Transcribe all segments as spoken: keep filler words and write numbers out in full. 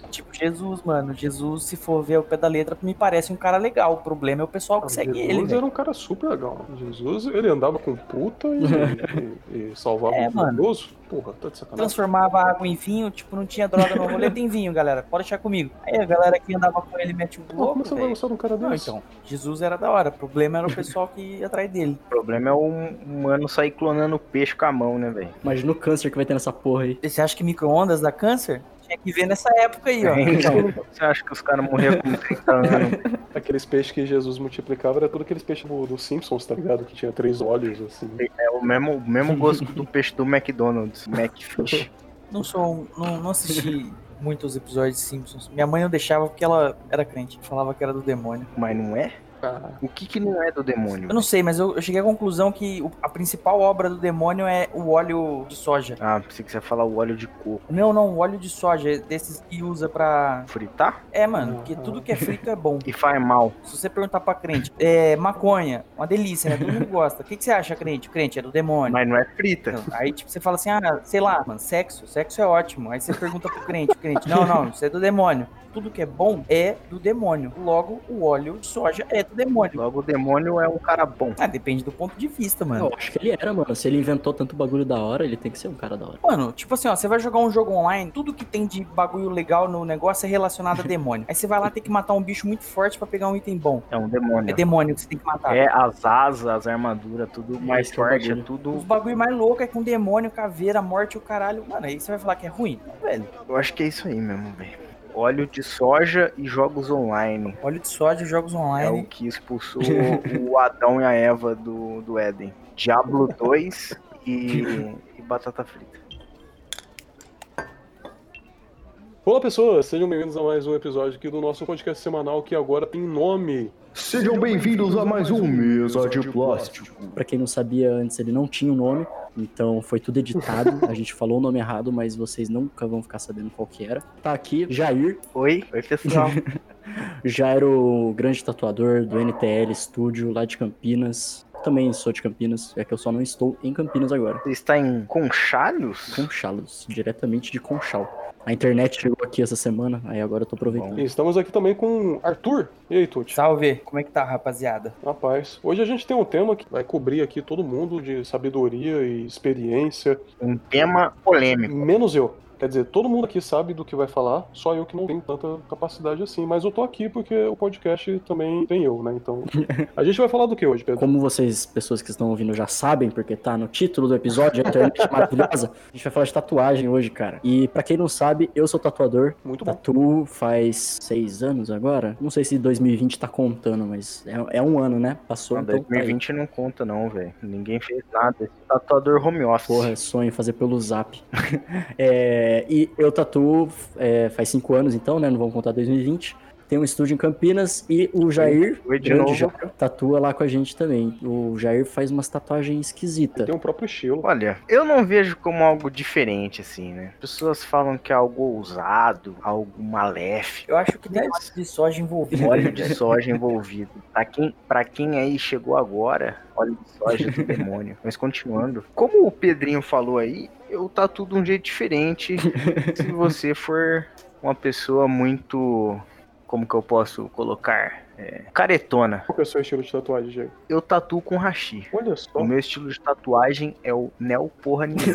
Tipo Jesus, mano. Jesus, se for ver o pé da letra, me parece um cara legal. O problema é o pessoal que Ah, segue Jesus ele, velho. era um cara super legal. Jesus, ele andava com puta e, e, e salvava É, um mano. leproso. Porra, tá de sacanagem. Transformava água em vinho, tipo, não tinha droga no rolê, tem vinho, galera. Pode deixar comigo. Aí a galera que andava com ele mete o Pô, como louco, você vai velho. gostar de um cara Não, desse? então, Jesus era da hora. O problema era o pessoal que ia atrás dele. O problema é o humano sair clonando peixe com a mão, né, velho? Imagina o câncer que vai ter nessa porra aí. Você acha que micro-ondas dá câncer? Tinha que ver nessa época aí, ó. Então, você acha que os caras morriam com trinta anos? Aqueles peixes que Jesus multiplicava era tudo aqueles peixes do, do Simpsons, tá ligado? Que tinha três olhos, assim. É o mesmo, o mesmo gosto do peixe do McDonald's, Macfish. Não sou, não, não assisti muitos episódios de Simpsons. Minha mãe não deixava porque ela era crente. Falava que era do demônio. Mas não é? Ah, O que que não é do demônio? Eu não sei, mas eu, eu cheguei à conclusão que o- a principal obra do demônio é o óleo de soja. Ah, pensei que você ia falar o óleo de coco. Não, não, o óleo de soja, desses que usa pra... Fritar? É, mano, porque tudo que é frito é bom. E faz mal. Se você perguntar pra crente, é maconha, uma delícia, né? Todo mundo gosta. O que, que você acha, crente? O crente é do demônio. Mas não é frita. Não, aí, tipo, você fala assim, ah, sei lá, mano, sexo, sexo é ótimo. Aí você pergunta pro crente, o crente, não, não, isso é do demônio. Tudo que é bom é do demônio. Logo, o óleo de soja é do demônio. Logo, o demônio é um cara bom. Ah, depende do ponto de vista, mano. Eu acho que ele era, mano. Se ele inventou tanto bagulho da hora, ele tem que ser um cara da hora. Mano, tipo assim, ó, você vai jogar um jogo online, tudo que tem de bagulho legal no negócio é relacionado a demônio. Aí você vai lá ter que matar um bicho muito forte pra pegar um item bom. É um É demônio. demônio que você tem que matar. É as asas, as armaduras, tudo mais Esse que é o forte, é bagulho. tudo. Os bagulho mais louco é com demônio, caveira, morte e o caralho. Mano, aí você vai falar que é ruim? Não, velho. Eu acho que é isso aí mesmo, velho. Óleo de soja e jogos online. Óleo de soja, jogos É o online. que expulsou o Adão e a Eva do, do Éden. Diablo dois e, e batata frita. Olá, pessoas! Sejam bem-vindos a mais um episódio aqui do nosso podcast semanal que agora tem nome. Sejam bem-vindos a mais um Mesa de Plástico. Pra quem não sabia, antes ele não tinha um nome, então foi tudo editado. A gente falou o nome errado, mas vocês nunca vão ficar sabendo qual que era. Tá aqui, Jair. Oi, oi pessoal. Jair, o grande tatuador do N T L Studio, lá de Campinas. Também sou de Campinas, é que eu só não estou em Campinas agora. Você está em Conchalos? Conchalos, diretamente de Conchal. A internet chegou aqui essa semana, aí agora eu tô aproveitando. E estamos aqui também com Arthur. E aí, Tuti? Salve, como é que tá, rapaziada? Rapaz, hoje a gente tem um tema que vai cobrir aqui todo mundo de sabedoria e experiência, Um tema polêmico. menos eu. Quer dizer, todo mundo aqui sabe do que vai falar, só eu que não tenho tanta capacidade assim. Mas eu tô aqui porque o podcast também tem eu, né? Então, a gente vai falar do que hoje, Pedro? Como vocês, pessoas que estão ouvindo, já sabem, porque tá no título do episódio, a internet é maravilhosa, a gente vai falar de tatuagem hoje, cara. E pra quem não sabe, eu sou tatuador. Muito bom. Tatu faz seis anos agora. Não sei se dois mil e vinte tá contando, mas é, é um ano, né? Passou, Não, então tá aí. dois mil e vinte não conta não, velho. Ninguém fez nada. Esse tatuador home office. Porra, sonho fazer pelo Zap. É, e eu tatuo é, faz cinco anos, então, né? Não vamos contar dois mil e vinte. Tem um estúdio em Campinas e o Jair, Oi, de grande novo. Jair, tatua lá com a gente também. O Jair faz umas tatuagens esquisitas. Tem um próprio estilo. Olha, eu não vejo como algo diferente, assim, né? Pessoas falam que é algo ousado, algo maléfico. Eu acho que tem Mas- óleo de soja envolvido. Óleo de soja envolvido. Pra quem, pra quem aí chegou agora, óleo de soja do demônio. Mas continuando. Como o Pedrinho falou aí, eu tatuo de um jeito diferente. Se você for uma pessoa muito... Como que eu posso colocar? É, caretona. Qual que é o seu estilo de tatuagem, Jair? Eu tatuo com hashi. Olha só. O meu estilo de tatuagem é o neo porra nenhuma.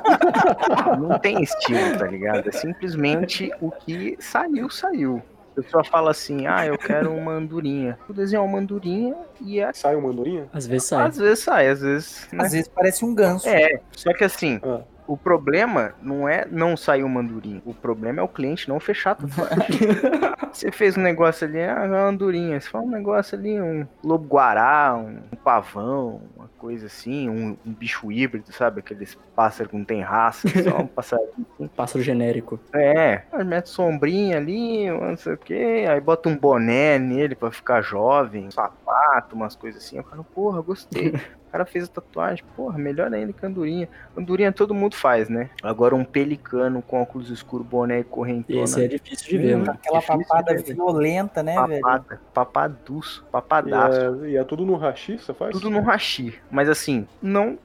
Não tem estilo, tá ligado? É simplesmente o que saiu, saiu. A pessoa fala assim, ah, eu quero uma andorinha. Vou desenhar uma andorinha e é... Sai uma andorinha? Às vezes sai. às vezes sai, às vezes... né? Às vezes parece um ganso. É, só que assim, Ah, o problema não é não sair uma andorinha. O problema é o cliente não fechar a tatuagem. Você fez um negócio ali, ah, uma andorinha. Você faz um negócio ali, um lobo-guará, um, um pavão, uma coisa assim, um, um bicho híbrido, sabe? Aqueles pássaros que não tem raça, só um passarinho. Um pássaro genérico. É, aí mete sombrinha ali, não sei o que, aí bota um boné nele pra ficar jovem, um sapato, umas coisas assim. Eu falo, porra, gostei. O cara fez a tatuagem, porra, melhor ainda que a andorinha. Andorinha todo mundo faz, né? Agora um pelicano com óculos escuros, boné e correntona. Esse é difícil de ver, Hum, mano. Aquela difícil papada de ver. violenta, né, velho? Papada, papaduço, e, papadaço. é, e é tudo no hashi, você faz? Tudo no hashi. Mas assim, não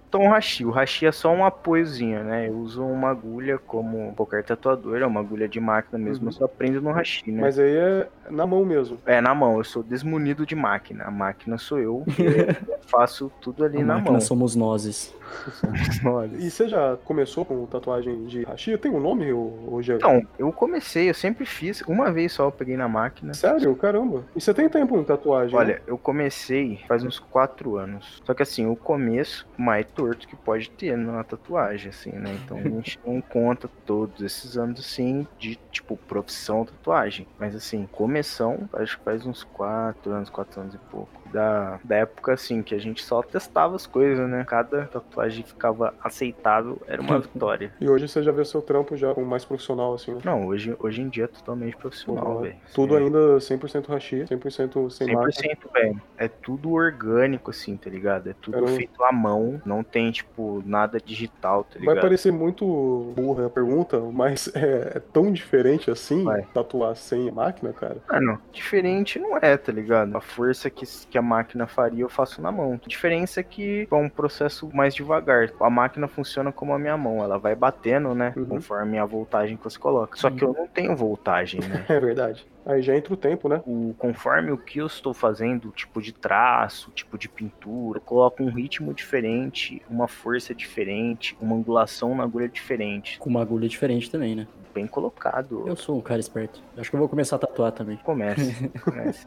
tão hashi. O hashi é só um apoiozinho, né? Eu uso uma agulha como qualquer tatuador, é uma agulha de máquina mesmo, Uhum. eu só prendo no hashi, né? Mas aí é na mão mesmo. É, na mão, eu sou desmunido de máquina. A máquina sou eu, eu faço tudo ali A na máquina mão. somos nós. E você já começou com tatuagem de hashi? Tem um nome, hoje? Então, eu comecei, eu sempre fiz, uma vez só eu peguei na máquina. Sério? Caramba. E você tem tempo em tatuagem? Olha, né? eu comecei faz uns quatro anos. Só que assim, o começo mais torto que pode ter na tatuagem, assim, né? Então a gente não conta todos esses anos, assim, de, tipo, profissão tatuagem. Mas assim, começão, acho que faz uns quatro anos, quatro anos e pouco. Da, da época, assim, que a gente só testava as coisas, né? Cada tatuagem ficava aceitável, era uma vitória. E hoje você já vê seu trampo já com mais profissional, assim, né? Não, hoje, hoje em dia é totalmente profissional, Pô, velho. tudo Sim. ainda cem por cento hashi, cem por cento sem cem por máquina. cento, velho. É tudo orgânico, assim, tá ligado? É tudo Caramba. feito à mão, não tem, tipo, nada digital, tá ligado? Vai parecer muito burra a pergunta, mas é, é tão diferente assim Vai. tatuar sem máquina, cara? Mano, diferente não é, tá ligado? A força que, que a máquina faria eu faço na mão. A diferença é que é um processo mais devagar. A máquina funciona como a minha mão, ela vai batendo, né? Uhum. Conforme a voltagem que você coloca. Só que eu não tenho voltagem, né? É verdade. Aí já entra o tempo, né? O, conforme o que eu estou fazendo, tipo de traço, tipo de pintura, eu coloco um ritmo diferente, uma força diferente, uma angulação na agulha diferente. Com uma agulha diferente também, né? Bem colocado. Eu sou um cara esperto. Acho que eu vou começar a tatuar também. Comece, comece.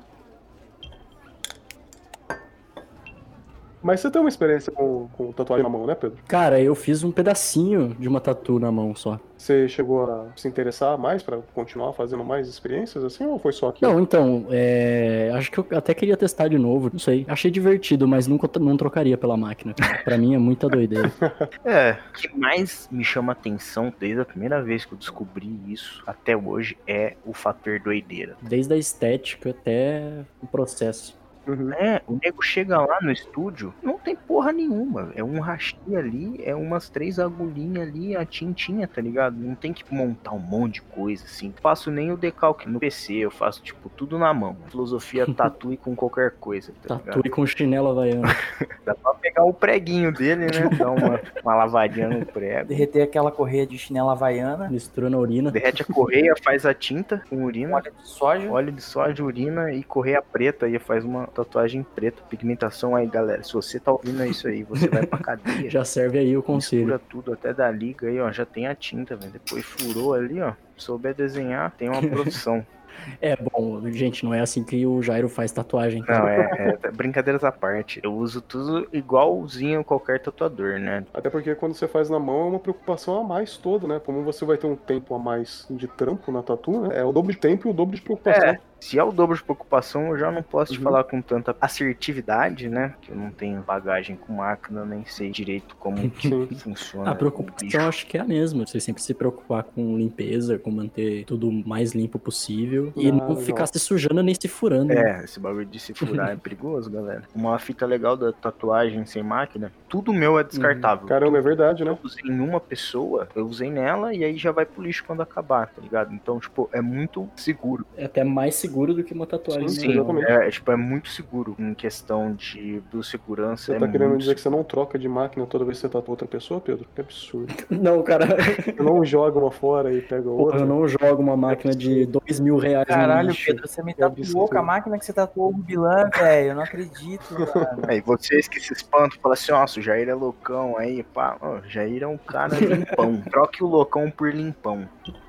Mas você tem uma experiência com, com tatuagem na mão, né, Pedro? Cara, eu fiz um pedacinho de uma tatu na mão só. Você chegou a se interessar mais pra continuar fazendo mais experiências assim, ou foi só aqui? Não, então, é... acho que eu até queria testar de novo, não sei. Achei divertido, mas nunca não trocaria pela máquina. Pra mim é muita doideira. É, o que mais me chama atenção desde a primeira vez que eu descobri isso até hoje é o fator doideira. Desde a estética até o processo. Uhum. É, o nego chega lá no estúdio, não tem porra nenhuma. É um rachi ali, é umas três agulhinhas ali, a tintinha, tá ligado? Não tem que montar um monte de coisa assim. Não faço nem o decalque no P C, eu faço tipo tudo na mão. Filosofia tatue com qualquer coisa, tá ligado? Tatu e com chinelo havaiano. Dá pra pegar o preguinho dele, né? Dar uma, uma lavadinha no prego. Derreter aquela correia de chinela havaiana, Mistura na urina. Derrete a correia, faz a tinta com urina. óleo de soja. Óleo de soja, urina e correia preta e faz uma tatuagem preta, pigmentação aí, galera. Se você tá ouvindo isso aí, você vai pra cadeia. Já serve aí o conselho. Mistura tudo até da liga aí, ó. Já tem a tinta, velho. Depois furou ali, ó. Souber desenhar, tem uma profissão. É, bom, gente, não é assim que o Jairo faz tatuagem. Não, é, é brincadeiras à parte. Eu uso tudo igualzinho qualquer tatuador, né? Até porque quando você faz na mão é uma preocupação a mais toda, né? Como você vai ter um tempo a mais de trampo na tatu, né? É o dobro de tempo e o dobro de preocupação. É, se é o dobro de preocupação, eu já não posso te Uhum. falar com tanta assertividade, né? Que eu não tenho bagagem com máquina, nem sei direito como Sim. funciona. A o preocupação bicho. acho que é a mesma. Você sempre se preocupar com limpeza, com manter tudo o mais limpo possível. E Ah, não legal. ficar se sujando nem se furando. né? É, esse bagulho de se furar é perigoso, galera. Uma fita legal da tatuagem sem máquina, tudo meu é descartável. Caramba, é verdade, né? Eu usei em uma pessoa, eu usei nela e aí já vai pro lixo quando acabar, tá ligado? Então, tipo, é muito seguro. É até mais seguro do que uma tatuagem. Sim, normal. exatamente. É, é, tipo, é muito seguro em questão de biossegurança. Você é tá querendo muito dizer que você não troca de máquina toda vez que você tatua outra pessoa, Pedro? Que absurdo. Não, cara. Você não joga uma fora e pega Porra, outra. eu não jogo uma máquina de dois mil reais no Caralho, lixo. Pedro, você me É absurdo. tatuou com a máquina que você tatuou o Rubilan, velho. Eu não acredito, mano. Aí vocês que se espantam, falam assim, nossa, o Jair é loucão aí, pá. Ó, o Jair é um cara limpão. Troque o loucão por limpão.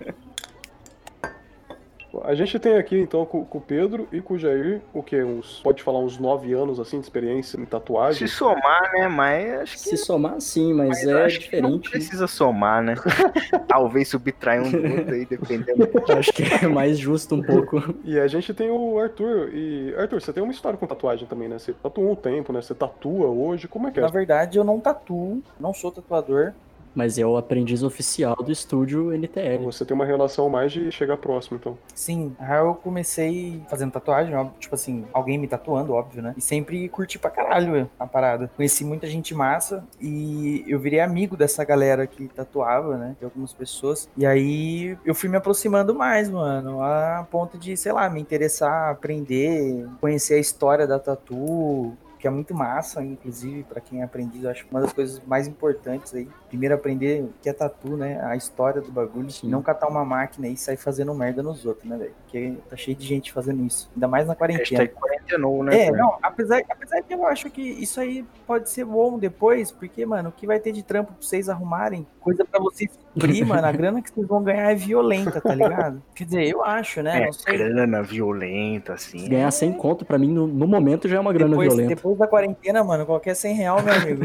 A gente tem aqui, então, com, com o Pedro e com o Jair, o quê? Uns, pode falar uns nove anos, assim, de experiência em tatuagem? Se somar, né? Mas acho que Se somar, sim, mas, Mas é acho que não diferente. precisa somar, né? Talvez subtrair um do outro aí, dependendo. Acho que é mais justo um pouco. E a gente tem o Arthur. E, Arthur, você tem uma história com tatuagem também, né? Você tatuou um tempo, né? Você tatua hoje. Como é que é? Na verdade, eu não tatuo, não sou tatuador. Mas é o aprendiz oficial do estúdio N T L. Você tem uma relação mais de chegar próximo, então. Sim, aí eu comecei fazendo tatuagem, ó, tipo assim, alguém me tatuando, óbvio, né? E sempre curti pra caralho a parada. Conheci muita gente massa e eu virei amigo dessa galera que tatuava, né? De algumas pessoas. E aí eu fui me aproximando mais, mano, a ponto de, sei lá, me interessar, aprender, conhecer a história da tatu. que é muito massa, inclusive, pra quem é aprendiz, eu acho uma das coisas mais importantes aí. Primeiro aprender o que é tatu, né? A história do bagulho. Sim. Não catar uma máquina e sair fazendo merda nos outros, né, velho? Porque tá cheio de gente fazendo isso. Ainda mais na quarentena. Hashtag quarentenou, né? É, cara? não, apesar, apesar que eu acho que isso aí pode ser bom depois, porque, mano, o que vai ter de trampo pra vocês arrumarem, coisa pra vocês cumprir, mano, a grana que vocês vão ganhar é violenta, tá ligado? Quer dizer, eu acho, né? É, Não sei. grana violenta, assim. Se ganhar cem conto, pra mim, no, no momento já é uma grana Depois, violenta. depois da quarentena, mano, qualquer cem real, meu amigo.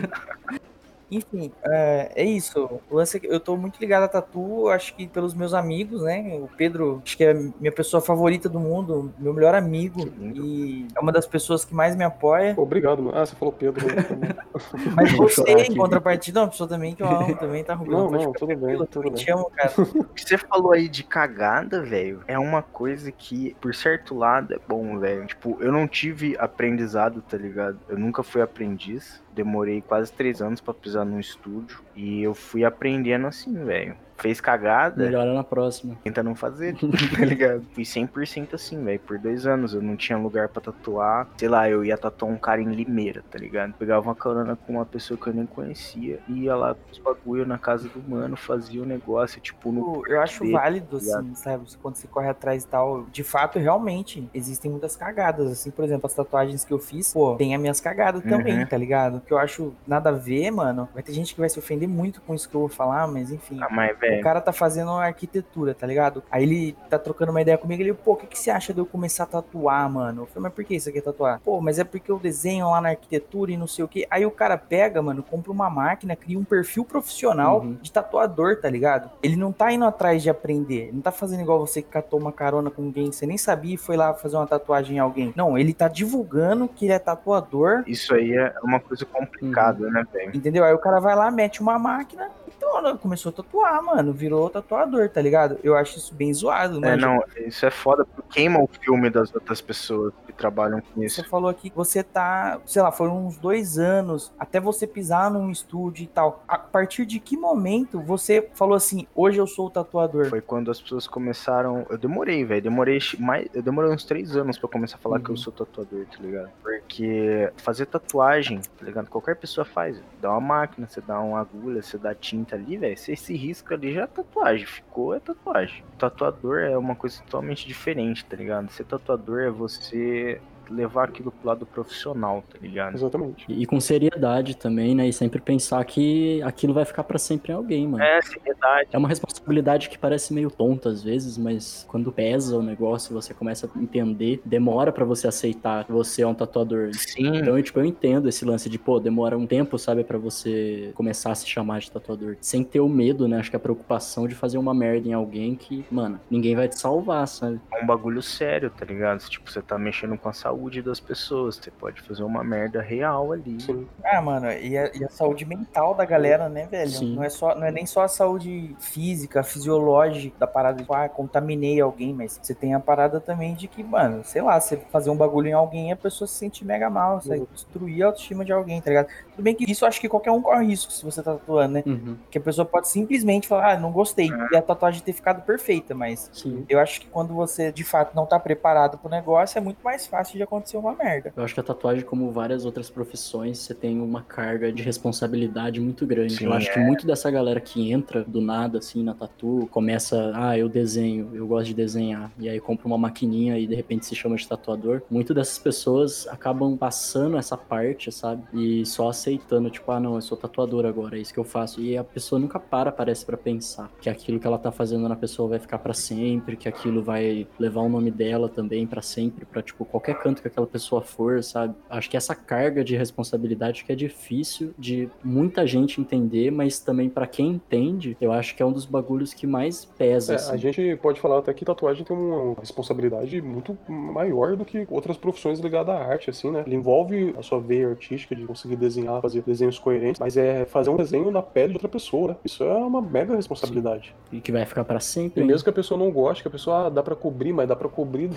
Enfim, é, é isso. O lance é que eu tô muito ligado a tatu, acho que pelos meus amigos, né? O Pedro, acho que é a minha pessoa favorita do mundo, meu melhor amigo. Que lindo. E é uma das pessoas que mais me apoia. Pô, obrigado, mano. Ah, você falou Pedro. Né? Tá bom. Mas Vou você, chorar em aqui. contrapartida, é uma pessoa também que eu amo, também tá arrumando. Não, Pode não, ficar tudo bem, tranquilo, eu tudo também bem. te amo, cara. O que você falou aí de cagada, velho, é uma coisa que, por certo lado, é bom, velho. Tipo, eu não tive aprendizado, tá ligado? Eu nunca fui aprendiz. Demorei quase três anos pra pisar num estúdio. E eu fui aprendendo assim, velho. Fez cagada, Melhora na próxima. tenta não fazer, tá ligado? Fui cem por cento assim, velho. Por dois anos eu não tinha lugar pra tatuar. Sei lá, eu ia tatuar um cara em Limeira, tá ligado? Pegava uma carona com uma pessoa que eu nem conhecia. Ia lá com os bagulho na casa do mano, fazia o negócio, tipo, no. Eu acho dele, válido, tá ligado? assim, sabe? Quando você corre atrás e tal. De fato, realmente, existem muitas cagadas. Assim, por exemplo, as tatuagens que eu fiz, pô, tem as minhas cagadas Uhum. também, tá ligado? Que eu acho nada a ver, mano. Vai ter gente que vai se ofender muito com isso que eu vou falar, mas enfim. Ah, mas, O velho. cara tá fazendo arquitetura, tá ligado? Aí ele tá trocando uma ideia comigo, ele, pô, o que, que você acha de eu começar a tatuar, mano? Eu falei, mas por que você quer tatuar? Pô, mas é porque eu desenho lá na arquitetura e não sei o que. Aí o cara pega, mano, compra uma máquina, cria um perfil profissional Uhum. de tatuador, tá ligado? Ele não tá indo atrás de aprender, ele não tá fazendo igual você que catou uma carona com alguém, você nem sabia e foi lá fazer uma tatuagem em alguém. Não, ele tá divulgando que ele é tatuador, Isso aí é uma coisa complicada, né, velho? entendeu? Aí o cara vai lá, mete uma máquina, então ela começou a tatuar, mano, virou tatuador, tá ligado? Eu acho isso bem zoado, É, mano. não, isso é foda, porque queima o filme das outras pessoas que trabalham com Você isso. falou aqui que você tá, sei lá, foram uns dois anos até você pisar num estúdio e tal. A partir de que momento você falou assim, hoje eu sou o tatuador? Foi quando as pessoas começaram. Eu demorei, velho. Demorei mais. Eu demorei uns três anos pra começar a falar Uhum. que eu sou tatuador, tá ligado? Porque fazer tatuagem, tá ligado? Qualquer pessoa faz. Dá uma máquina, você dá uma agulha, você dá tinta ali, velho. Você se risca ali já é tatuagem. Ficou, é tatuagem. Tatuador é uma coisa totalmente diferente, tá ligado? Ser tatuador é você levar aquilo pro lado profissional, tá ligado? Exatamente. E, e com seriedade também, né? E sempre pensar que aquilo vai ficar pra sempre em alguém, mano. É, seriedade. É uma responsabilidade que parece meio tonta às vezes, mas quando pesa o negócio, você começa a entender, demora pra você aceitar que você é um tatuador. Sim. Então, eu, tipo, eu entendo esse lance de, pô, demora um tempo, sabe, pra você começar a se chamar de tatuador. Sem ter o medo, né? Acho que a preocupação de fazer uma merda em alguém que, mano, ninguém vai te salvar, sabe? É um bagulho sério, tá ligado? Tipo, você tá mexendo com a saúde das pessoas. Você pode fazer uma merda real ali. Sim. Ah, mano, e a, e a saúde mental da galera, né, velho? Sim. Não é, só, não é nem só a saúde física, fisiológica da parada de, ah, contaminei alguém, mas você tem a parada também de que, mano, sei lá, você fazer um bagulho em alguém, a pessoa se sente mega mal, você vai destruir a autoestima de alguém, tá ligado? Tudo bem que isso eu acho que qualquer um corre risco se você tá tatuando, né? Uhum. Que a pessoa pode simplesmente falar, ah, não gostei, e a tatuagem ter ficado perfeita, mas Sim. eu acho que quando você, de fato, não tá preparado pro negócio, é muito mais fácil de acontecer uma merda. Eu acho que a tatuagem, como várias outras profissões, você tem uma carga de responsabilidade muito grande. Sim, eu acho que é. muito dessa galera que entra do nada, assim, na tatu, começa, ah, eu desenho, eu gosto de desenhar, e aí compra uma maquininha e de repente se chama de tatuador. Muito dessas pessoas acabam passando essa parte, sabe? E só aceitando, tipo, ah, não, eu sou tatuador agora, é isso que eu faço. E a pessoa nunca para, parece, pra pensar que aquilo que ela tá fazendo na pessoa vai ficar pra sempre, que aquilo vai levar o nome dela também pra sempre, pra, tipo, qualquer canto que aquela pessoa for, sabe? Acho que essa carga de responsabilidade que é difícil de muita gente entender, mas também pra quem entende, eu acho que é um dos bagulhos que mais pesa, É, assim. a gente pode falar até que tatuagem tem uma responsabilidade muito maior do que outras profissões ligadas à arte, assim, né? Ele envolve a sua veia artística de conseguir desenhar, fazer desenhos coerentes, mas é fazer um desenho na pele de outra pessoa, né? Isso é uma mega responsabilidade. E que vai ficar pra sempre. E hein? mesmo que a pessoa não goste, que a pessoa, ah, dá pra cobrir, mas dá pra cobrir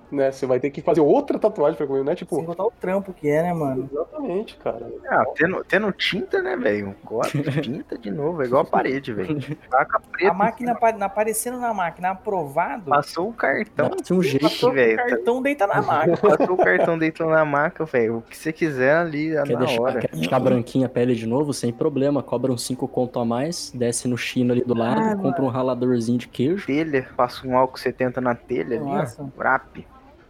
né? Você vai ter que fazer outra tatuagem pra comer, né? Tipo, Sem contar o trampo que é, né, mano? exatamente, cara. Ah, tendo, tendo tinta, né, velho? Pinta de novo, é igual a parede, velho. Taca preta. A máquina apa- aparecendo na máquina, aprovado, Passou o cartão. Dá-se um jeito. passou o velho, tá- cartão, deita na máquina. Passou o cartão dentro da maca, velho. O que você quiser ali Quer na deixar, hora. quer deixar branquinha a pele de novo? Sem problema. Cobra uns cinco conto a mais, desce no chino ali do lado, Ah, compra um raladorzinho de queijo. Telha, passa um álcool setenta na telha ali, Nossa. ó. Wrap.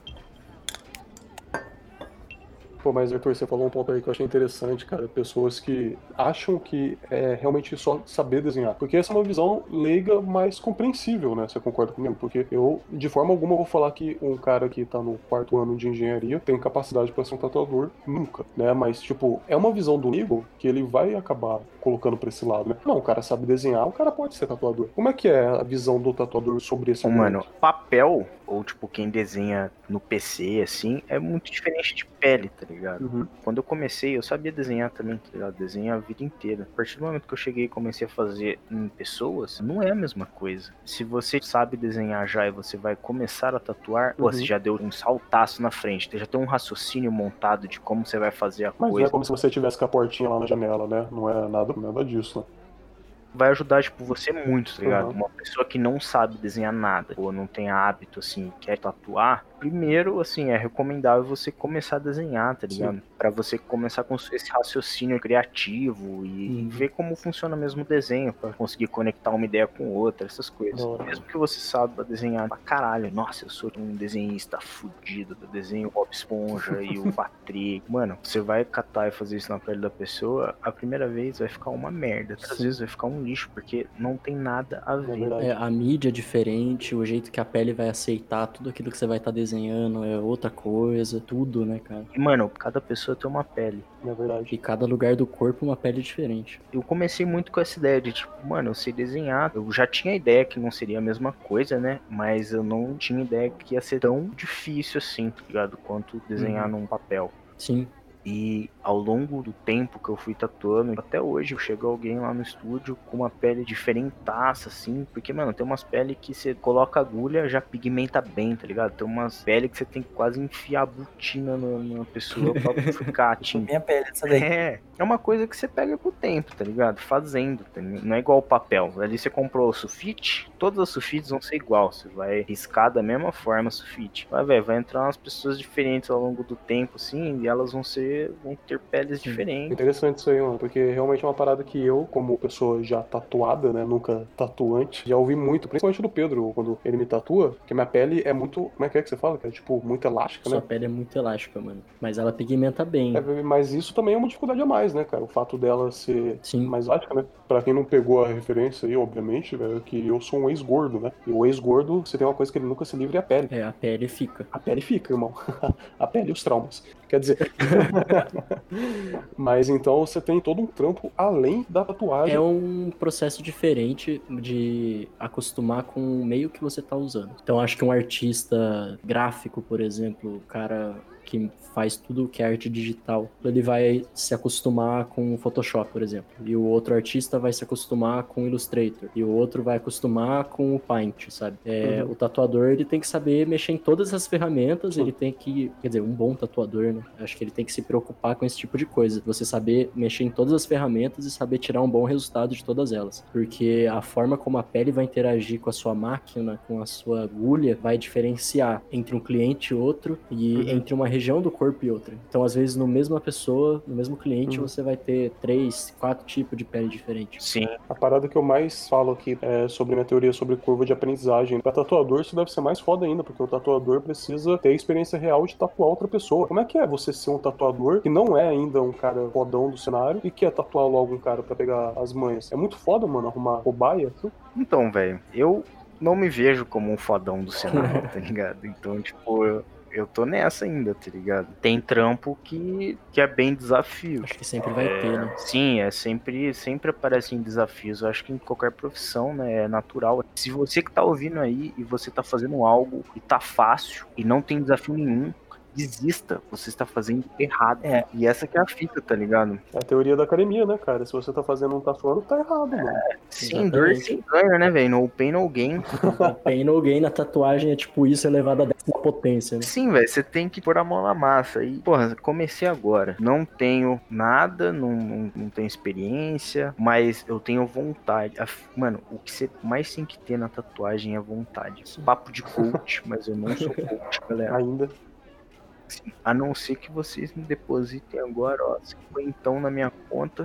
Pô, mas Arthur, você falou um ponto aí que eu achei interessante, cara. Pessoas que acham que é realmente só saber desenhar. Porque essa é uma visão leiga, mas compreensível, né? Você concorda comigo? Porque eu, de forma alguma, vou falar que um cara que tá no quarto ano de engenharia tem capacidade pra ser um tatuador nunca, né? Mas, tipo, é uma visão do leigo que ele vai acabar colocando pra esse lado, né? Não, o cara sabe desenhar, o cara pode ser tatuador. Como é que é a visão do tatuador sobre esse Mano, argumento? papel, ou tipo, quem desenha no P C, assim, é muito diferente de pele, tá ligado? Uhum. Quando eu comecei, eu sabia desenhar também, tá ligado? Desenho a vida inteira. A partir do momento que eu cheguei e comecei a fazer em pessoas, não é a mesma coisa. Se você sabe desenhar já e você vai começar a tatuar, pô, Uhum. você já deu um saltaço na frente, já tem um raciocínio montado de como você vai fazer a Mas não é coisa. como se você tivesse com a portinha lá na janela, né? Não é nada, nada disso, né? Vai ajudar, tipo, você muito, tá ligado? Uhum. Uma pessoa que não sabe desenhar nada, ou não tem hábito, assim, quer tatuar, primeiro, assim, é recomendável você começar a desenhar, tá ligado? Sim. Pra você começar com esse raciocínio criativo e Uhum. ver como funciona mesmo o desenho, pra conseguir conectar uma ideia com outra, essas coisas. Da hora. Mesmo que você saiba desenhar pra caralho, nossa, eu sou um desenhista fudido, eu desenho o Bob Esponja e o Patrick. Mano, você vai catar e fazer isso na pele da pessoa, a primeira vez vai ficar uma merda, outras Sim. vezes vai ficar um lixo, porque não tem nada a ver. verdade. É, a mídia é diferente, o jeito que a pele vai aceitar tudo aquilo que você vai estar desenhando é outra coisa, tudo, né, cara? E, mano, cada pessoa tem uma pele. É verdade. E cada lugar do corpo uma pele diferente. Eu comecei muito com essa ideia de, tipo, mano, eu sei desenhar. Eu já tinha ideia que não seria a mesma coisa, né? Mas eu não tinha ideia que ia ser tão difícil assim, tá ligado? Quanto desenhar Uhum. num papel. Sim. E ao longo do tempo que eu fui tatuando, até hoje chega alguém lá no estúdio com uma pele diferentaça, assim. Porque, mano, tem umas peles que você coloca agulha, já pigmenta bem, tá ligado? Tem umas peles que você tem que quase enfiar a botina na, na pessoa pra ficar tinta. Minha pele, essa daí. É, é uma coisa que você pega com o tempo, tá ligado? Fazendo, tá ligado? Não é igual o papel. Ali você comprou o sulfite, todas as sulfites vão ser igual. Você vai riscar da mesma forma sulfite. Vai, velho, vai entrar umas pessoas diferentes ao longo do tempo, assim, e elas vão ser, vão ter peles diferentes. Interessante isso aí, mano, porque realmente é uma parada que eu, como pessoa já tatuada, né, nunca tatuante, já ouvi muito, principalmente do Pedro, quando ele me tatua, que minha pele é muito, como é que é que você fala? Que é tipo, muito elástica, Sua né? pele é muito elástica, mano. Mas ela pigmenta bem. É, mas isso também é uma dificuldade a mais, né, cara? O fato dela ser Sim. mais elástica, né? Pra quem não pegou a referência aí, obviamente, velho, é que eu sou um ex-gordo, né? E o ex-gordo, você tem uma coisa que ele nunca se livra, é a pele. É, a pele fica. A pele fica, irmão. A pele e os traumas. Quer dizer. Mas então você tem todo um trampo além da tatuagem. É um processo diferente de acostumar com o meio que você tá usando. Então acho que um artista gráfico, por exemplo, o cara que faz tudo que é arte digital, ele vai se acostumar com o Photoshop, por exemplo. E o outro artista vai se acostumar com o Illustrator. E o outro vai acostumar com o Paint, sabe? É, Uhum. O tatuador, ele tem que saber mexer em todas as ferramentas, Sim. ele tem que... Quer dizer, um bom tatuador, né? Acho que ele tem que se preocupar com esse tipo de coisa. Você saber mexer em todas as ferramentas e saber tirar um bom resultado de todas elas. Porque a forma como a pele vai interagir com a sua máquina, com a sua agulha, vai diferenciar entre um cliente e outro e Uhum. entre uma região do corpo e outra. Então, às vezes, no mesma pessoa, no mesmo cliente, Uhum. você vai ter três, quatro tipos de pele diferentes. Sim, A parada que eu mais falo aqui é sobre minha teoria sobre curva de aprendizagem. Pra tatuador, isso deve ser mais foda ainda, porque o tatuador precisa ter a experiência real de tatuar outra pessoa. Como é que é você ser um tatuador que não é ainda um cara fodão do cenário e quer tatuar logo um cara pra pegar as manhas? É muito foda, mano, arrumar cobaia. Assim. então, velho, eu não me vejo como um fodão do cenário, tá ligado? Então, tipo, eu, eu tô nessa ainda, tá ligado? Tem trampo que, que é bem desafio. Acho que sempre vai ter, né? Sim, é sempre, sempre aparecem desafios. Eu acho que em qualquer profissão, né, é natural. Se você que tá ouvindo aí e você tá fazendo algo e tá fácil e não tem desafio nenhum, desista, você está fazendo errado. É. E essa que é a fita, tá ligado? É a teoria da academia, né, cara? Se você tá fazendo um tatuando, tá errado, mano. Sem dor, sem ganho, né, velho? No pain, no gain. O pain no gain na tatuagem é tipo isso elevado a décima potência, né? Sim, velho, você tem que pôr a mão na massa. E, porra, comecei agora. Não tenho nada, não, não, não tenho experiência, mas eu tenho vontade. Af- Mano, o que você mais tem que ter na tatuagem é vontade. Papo de coach, mas eu não sou coach, galera. Ainda. Assim, a não ser que vocês me depositem agora, ó, cinquentão na minha conta.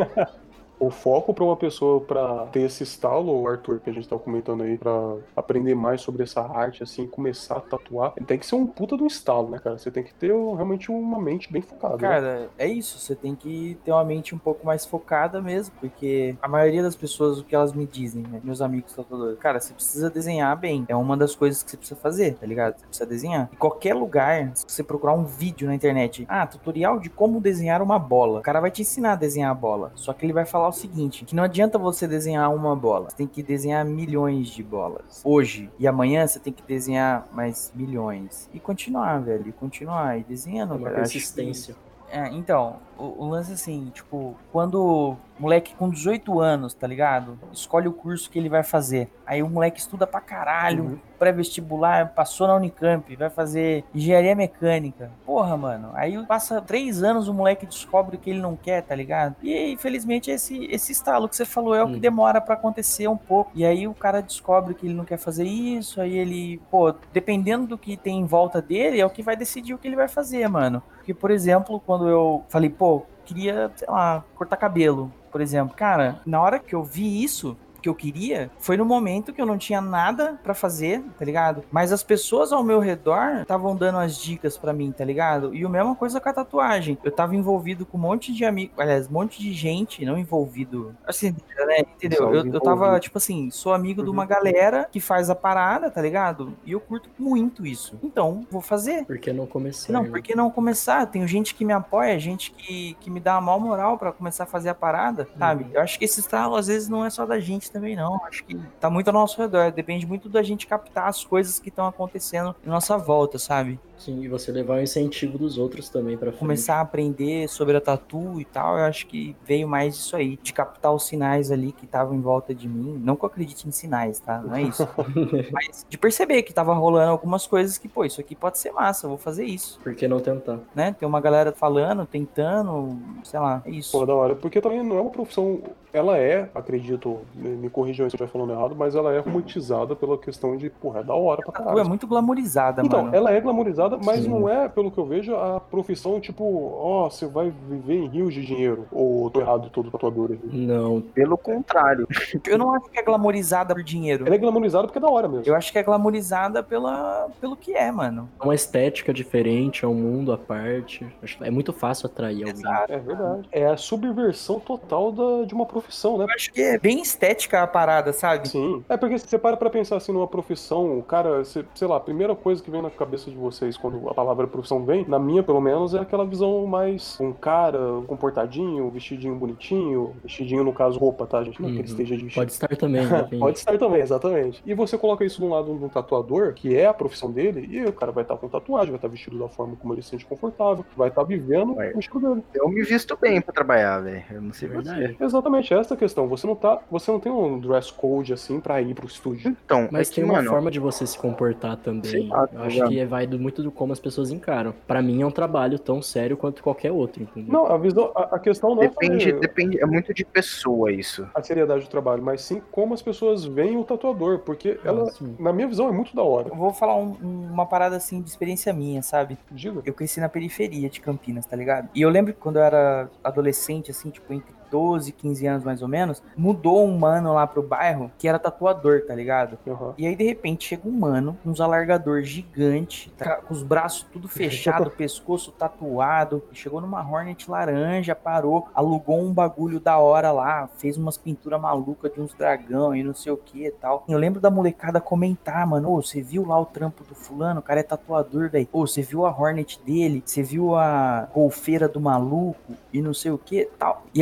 O foco pra uma pessoa pra ter esse estalo, Arthur, que a gente tá comentando aí, pra aprender mais sobre essa arte, assim, começar a tatuar, tem que ser um puta do estalo, né, cara? Você tem que ter realmente uma mente bem focada, né? Cara, é isso, você tem que ter uma mente um pouco mais focada mesmo, porque a maioria das pessoas, o que elas me dizem, né, meus amigos tatuadores, cara, você precisa desenhar bem, é uma das coisas que você precisa fazer, tá ligado? Você precisa desenhar. Em qualquer lugar, se você procurar um vídeo na internet, ah, tutorial de como desenhar uma bola, o cara vai te ensinar a desenhar a bola, só que ele vai falar o seguinte, que não adianta você desenhar uma bola, você tem que desenhar milhões de bolas. Hoje e amanhã você tem que desenhar mais milhões. E continuar, velho, e continuar, e desenhando, É uma cara. Acho que- persistência. É, então, o, o lance assim, tipo, quando moleque com dezoito anos, tá ligado? Escolhe o curso que ele vai fazer. Aí o moleque estuda pra caralho, Uhum. pré-vestibular, passou na Unicamp, vai fazer engenharia mecânica. Porra, mano. Aí passa três anos, o moleque descobre o que ele não quer, tá ligado? E infelizmente esse, esse estalo que você falou é o que Hum. demora pra acontecer um pouco. E aí o cara descobre que ele não quer fazer isso, aí ele, pô, dependendo do que tem em volta dele, é o que vai decidir o que ele vai fazer, mano. Porque, por exemplo, quando eu falei, pô, queria, sei lá, cortar cabelo, por exemplo. Cara, na hora que eu vi isso, que eu queria, foi no momento que eu não tinha nada pra fazer, tá ligado? Mas as pessoas ao meu redor estavam dando as dicas pra mim, tá ligado? E a mesma coisa com a tatuagem. Eu tava envolvido com um monte de amigos, aliás, um monte de gente, não envolvido, assim, né? Entendeu? Só Eu, eu tava, envolvido. tipo assim, sou amigo de uma Uhum. galera que faz a parada, tá ligado? E eu curto muito isso. Então, vou fazer. Por que não começar? Não, né? por que não começar? Tem gente que me apoia, gente que, que me dá a maior moral pra começar a fazer a parada, sabe? Uhum. Eu acho que esse estalo, às vezes, não é só da gente também, não. Eu acho que tá muito ao nosso redor. Depende muito da gente captar as coisas que estão acontecendo em nossa volta, sabe? Sim, e você levar o incentivo dos outros também pra frente. Começar a aprender sobre a tatu e tal, eu acho que veio mais isso aí, de captar os sinais ali que estavam em volta de mim. Não que eu acredite em sinais, tá? Não é isso. Mas de perceber que tava rolando algumas coisas que, pô, isso aqui pode ser massa, eu vou fazer isso, Por que não tentar? né? Tem uma galera falando, tentando, sei lá, é isso. Pô, da hora. Porque também não é uma profissão. Ela é, acredito, me me corrijam se eu estiver falando errado, mas ela é romantizada pela questão de, porra, é da hora pra Tatu caralho. é muito glamorizada, Então, mano. ela é glamorizada, mas Sim. não é, pelo que eu vejo, a profissão tipo, ó, você vai viver em rios de dinheiro. Ou tô errado todo tatuador aí. Não, Pelo contrário. Eu não acho que é glamorizada por dinheiro. Ela é glamorizada porque é da hora mesmo. Eu acho que é glamorizada pela, pelo que é, mano. é uma estética diferente, é um mundo à parte. Acho que é muito fácil atrair alguém. Exato. É verdade. É a subversão total da, de uma profissão, né? Eu acho que é bem estética a parada, sabe? Sim. É porque se você para pra pensar assim numa profissão, o cara, você- sei lá, a primeira coisa que vem na cabeça de vocês quando a palavra profissão vem, na minha pelo menos, é aquela visão mais um cara comportadinho, vestidinho bonitinho, vestidinho no caso roupa, tá, gente? Não que ele Uhum. esteja de vestido. Pode estar também, depende. Pode estar também, exatamente. E você coloca isso de um lado de um tatuador, que é a profissão dele, e o cara vai estar com tatuagem, vai estar vestido da forma como ele se sente confortável, vai estar vivendo Vai. o estilo dele. Eu me visto bem pra trabalhar, velho. Eu não sei você. Verdade. Exatamente, essa é a questão. Você não tá, você não tem um dress code assim pra ir pro estúdio. Então, Mas é que, tem uma mano, forma de você se comportar também. Sei lá, Eu tá acho ligado? que vai do- muito do como as pessoas encaram. Pra mim é um trabalho tão sério quanto qualquer outro, entendeu? Não, a visão, a, a questão não depende, é fazer depende, é muito de pessoa isso. a seriedade do trabalho, mas sim como as pessoas veem o tatuador, porque Ah, ela, sim. na minha visão, é muito da hora. Eu vou falar um- um- uma parada assim de experiência minha, sabe? Diga. Eu cresci na periferia de Campinas, tá ligado? E eu lembro que quando eu era adolescente, assim, tipo, entre doze, quinze anos mais ou menos, mudou um mano lá pro bairro que era tatuador, tá ligado? Aham. E aí, de repente, chega um mano, com uns alargador gigante, tá, com os braços tudo fechado, pescoço tatuado, chegou numa Hornet laranja, parou, alugou um bagulho da hora lá, fez umas pinturas malucas de uns dragão e não sei o que e tal. Eu lembro da molecada comentar, mano, ô, você viu lá o trampo do fulano? O cara é tatuador, velho. Ô, você viu a Hornet dele? Você viu a golfeira do maluco? E não sei o que tal. E aí a gente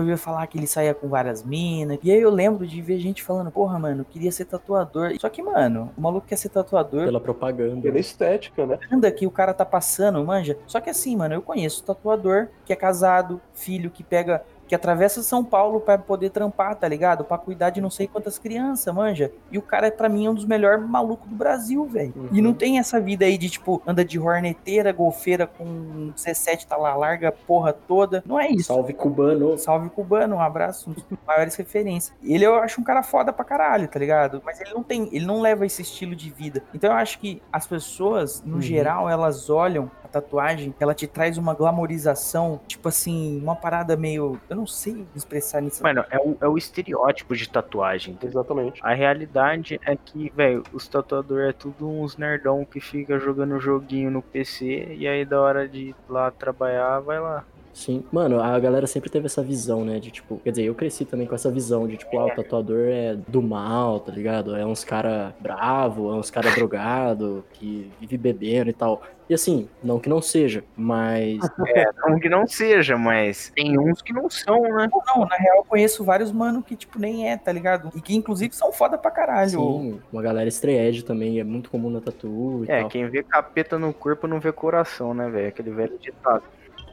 ouvia falar que ele saía com várias minas. E aí eu lembro de ver gente falando, porra, mano, queria ser tatuador. Só que, mano, o maluco quer ser tatuador. Pela propaganda. Pela estética, né? Anda que o cara tá passando, manja. Só que assim, mano, eu conheço tatuador que é casado, filho, que pega... que atravessa São Paulo pra poder trampar, tá ligado? Pra cuidar de não sei quantas crianças, manja. E o cara, pra mim, é um dos melhores malucos do Brasil, velho. Uhum. E não tem essa vida aí de, tipo, anda de horneteira, golfeira com dezessete, tá lá, larga a porra toda. Não é isso. Salve cubano. Salve cubano, um abraço, um dos maiores referências. Ele eu acho um cara foda pra caralho, tá ligado? Mas ele não tem, ele não leva esse estilo de vida. Então eu acho que as pessoas, no Uhum. geral, elas olham a tatuagem, ela te traz uma glamorização, tipo assim, uma parada meio... Eu não sei expressar nisso. Mano, é o, é o estereótipo de tatuagem. Exatamente. A realidade é que, velho, os tatuadores é tudo uns nerdão que fica jogando joguinho no P C e aí da hora de ir lá trabalhar, vai lá. Sim, mano, a galera sempre teve essa visão, né, de tipo, quer dizer, eu cresci também com essa visão de tipo, ah, o tatuador é do mal, tá ligado? É uns cara bravo, é uns cara drogado, que vive bebendo e tal. E assim, não que não seja, mas... É, não que não seja, mas tem uns que não são, né? Ou não, na real eu conheço vários mano que, tipo, nem é, tá ligado? E que, inclusive, são foda pra caralho. Sim, uma galera estreed também, é muito comum na tatu e É, tal. quem vê capeta no corpo não vê coração, né, velho? Aquele velho ditado.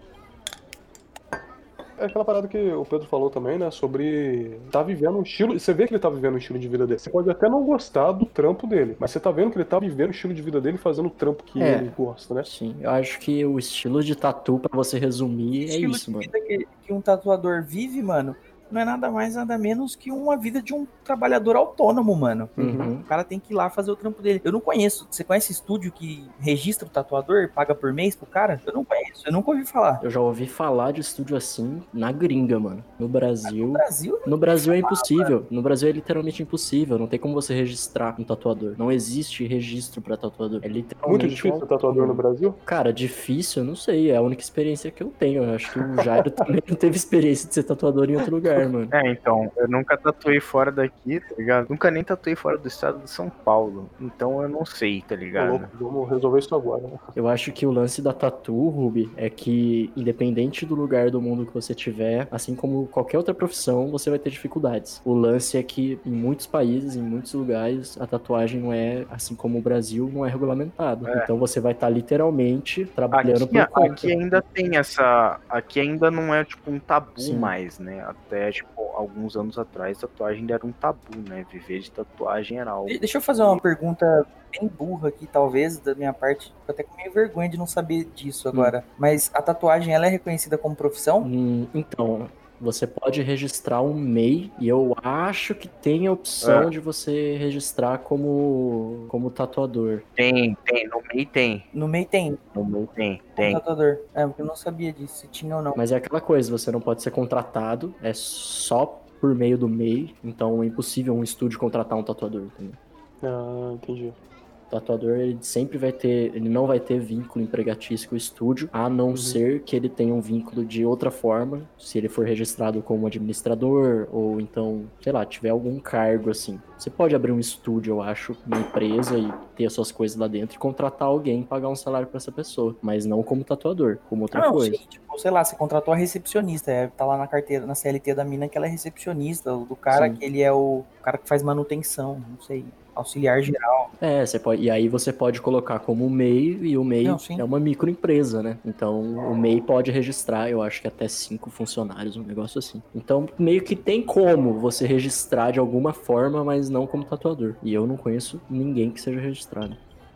É aquela parada que o Pedro falou também, né? Sobre tá vivendo um estilo. Você vê que ele tá vivendo um estilo de vida dele. Você pode até não gostar do trampo dele, mas você tá vendo que ele tá vivendo o estilo de vida dele fazendo o trampo que É. ele gosta, né? Sim, eu acho que o estilo de tatu, pra você resumir, é estilo isso, de mano. vida que, que um tatuador vive, mano, não é nada mais, nada menos que uma vida de um trabalhador autônomo, mano. Uhum. O cara tem que ir lá fazer o trampo dele. Eu não conheço. Você conhece estúdio que registra o tatuador, paga por mês pro cara? Eu não conheço, eu nunca ouvi falar. Eu já ouvi falar de estúdio assim na gringa, mano. No Brasil. No Brasil, No Brasil é impossível. No Brasil é literalmente impossível. Não tem como você registrar um tatuador. Não existe registro pra tatuador. É literalmente. Muito difícil um ser tatuador no Brasil. Cara, difícil, eu não sei. É a única experiência que eu tenho. Eu acho que o Jairo também não teve experiência de ser tatuador em outro lugar, mano. É, então, eu nunca tatuei fora daqui, tá ligado? Nunca nem tatuei fora do estado de São Paulo. Então eu não sei, tá Tô ligado? louco, vamos resolver isso agora, né? Eu acho que o lance da tatu, Ruby, é que independente do lugar do mundo que você tiver, assim como qualquer outra profissão, você vai ter dificuldades. O lance é que em muitos países, em muitos lugares, a tatuagem não é, assim como o Brasil, não é regulamentado. É. Então você vai estar literalmente trabalhando Aqui, por conta. aqui ainda tem essa. Aqui ainda não é tipo um tabu Sim. mais, né? Até tipo alguns anos atrás, tatuagem ainda era um tabu, né? Viver de tatuagem era algo. De- deixa eu fazer uma pergunta bem burra aqui, talvez, da minha parte. Eu até com meio vergonha de não saber disso agora. Mas a tatuagem, ela é reconhecida como profissão? Hum, então, você pode registrar um M E I e eu acho que tem a opção É. de você registrar como, como tatuador. Tem, tem, no meio tem. No meio tem, No meio tem, como tem. tatuador. É, porque eu não sabia disso, se tinha ou não. Mas é aquela coisa, você não pode ser contratado, é só por meio do M E I, então é impossível um estúdio contratar um tatuador, entendeu? Ah, entendi. O tatuador, ele sempre vai ter, ele não vai ter vínculo empregatício com o estúdio, a não ser que ele tenha um vínculo de outra forma, se ele for registrado como administrador, ou então, sei lá, tiver algum cargo assim. Você pode abrir um estúdio, eu acho, uma empresa e ter as suas coisas lá dentro e contratar alguém e pagar um salário pra essa pessoa, mas não como tatuador, como outra Ah, não, coisa. sim, tipo, sei lá, você contratou a recepcionista, é, tá lá na carteira, na C L T da mina que ela é recepcionista, o do cara Sim. que ele é o cara que faz manutenção, não sei, auxiliar geral. É, você pode, e aí você pode colocar como M E I, e o M E I Não, sim. é uma microempresa, né? Então o M E I pode registrar, eu acho que até cinco funcionários, um negócio assim. Então meio que tem como você registrar de alguma forma, mas não como tatuador. E eu não conheço ninguém que seja registrado.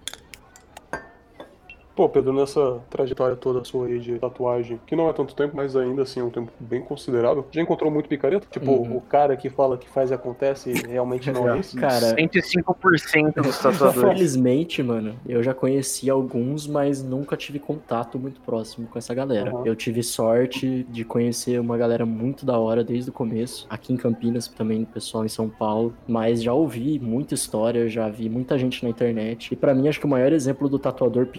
Pô, Pedro, nessa trajetória toda sua aí de tatuagem, que não é tanto tempo, mas ainda assim é um tempo bem considerável, já encontrou muito picareta? Tipo, Uhum. o cara que fala que faz e acontece e realmente não é isso? Cara, cento e cinco por cento dos tatuadores. felizmente, mano, eu já conheci alguns, mas nunca tive contato muito próximo com essa galera. Uhum. Eu tive sorte de conhecer uma galera muito da hora desde o começo, aqui em Campinas, também pessoal em São Paulo, mas já ouvi muita história, já vi muita gente na internet. E pra mim, acho que o maior exemplo do tatuador picareta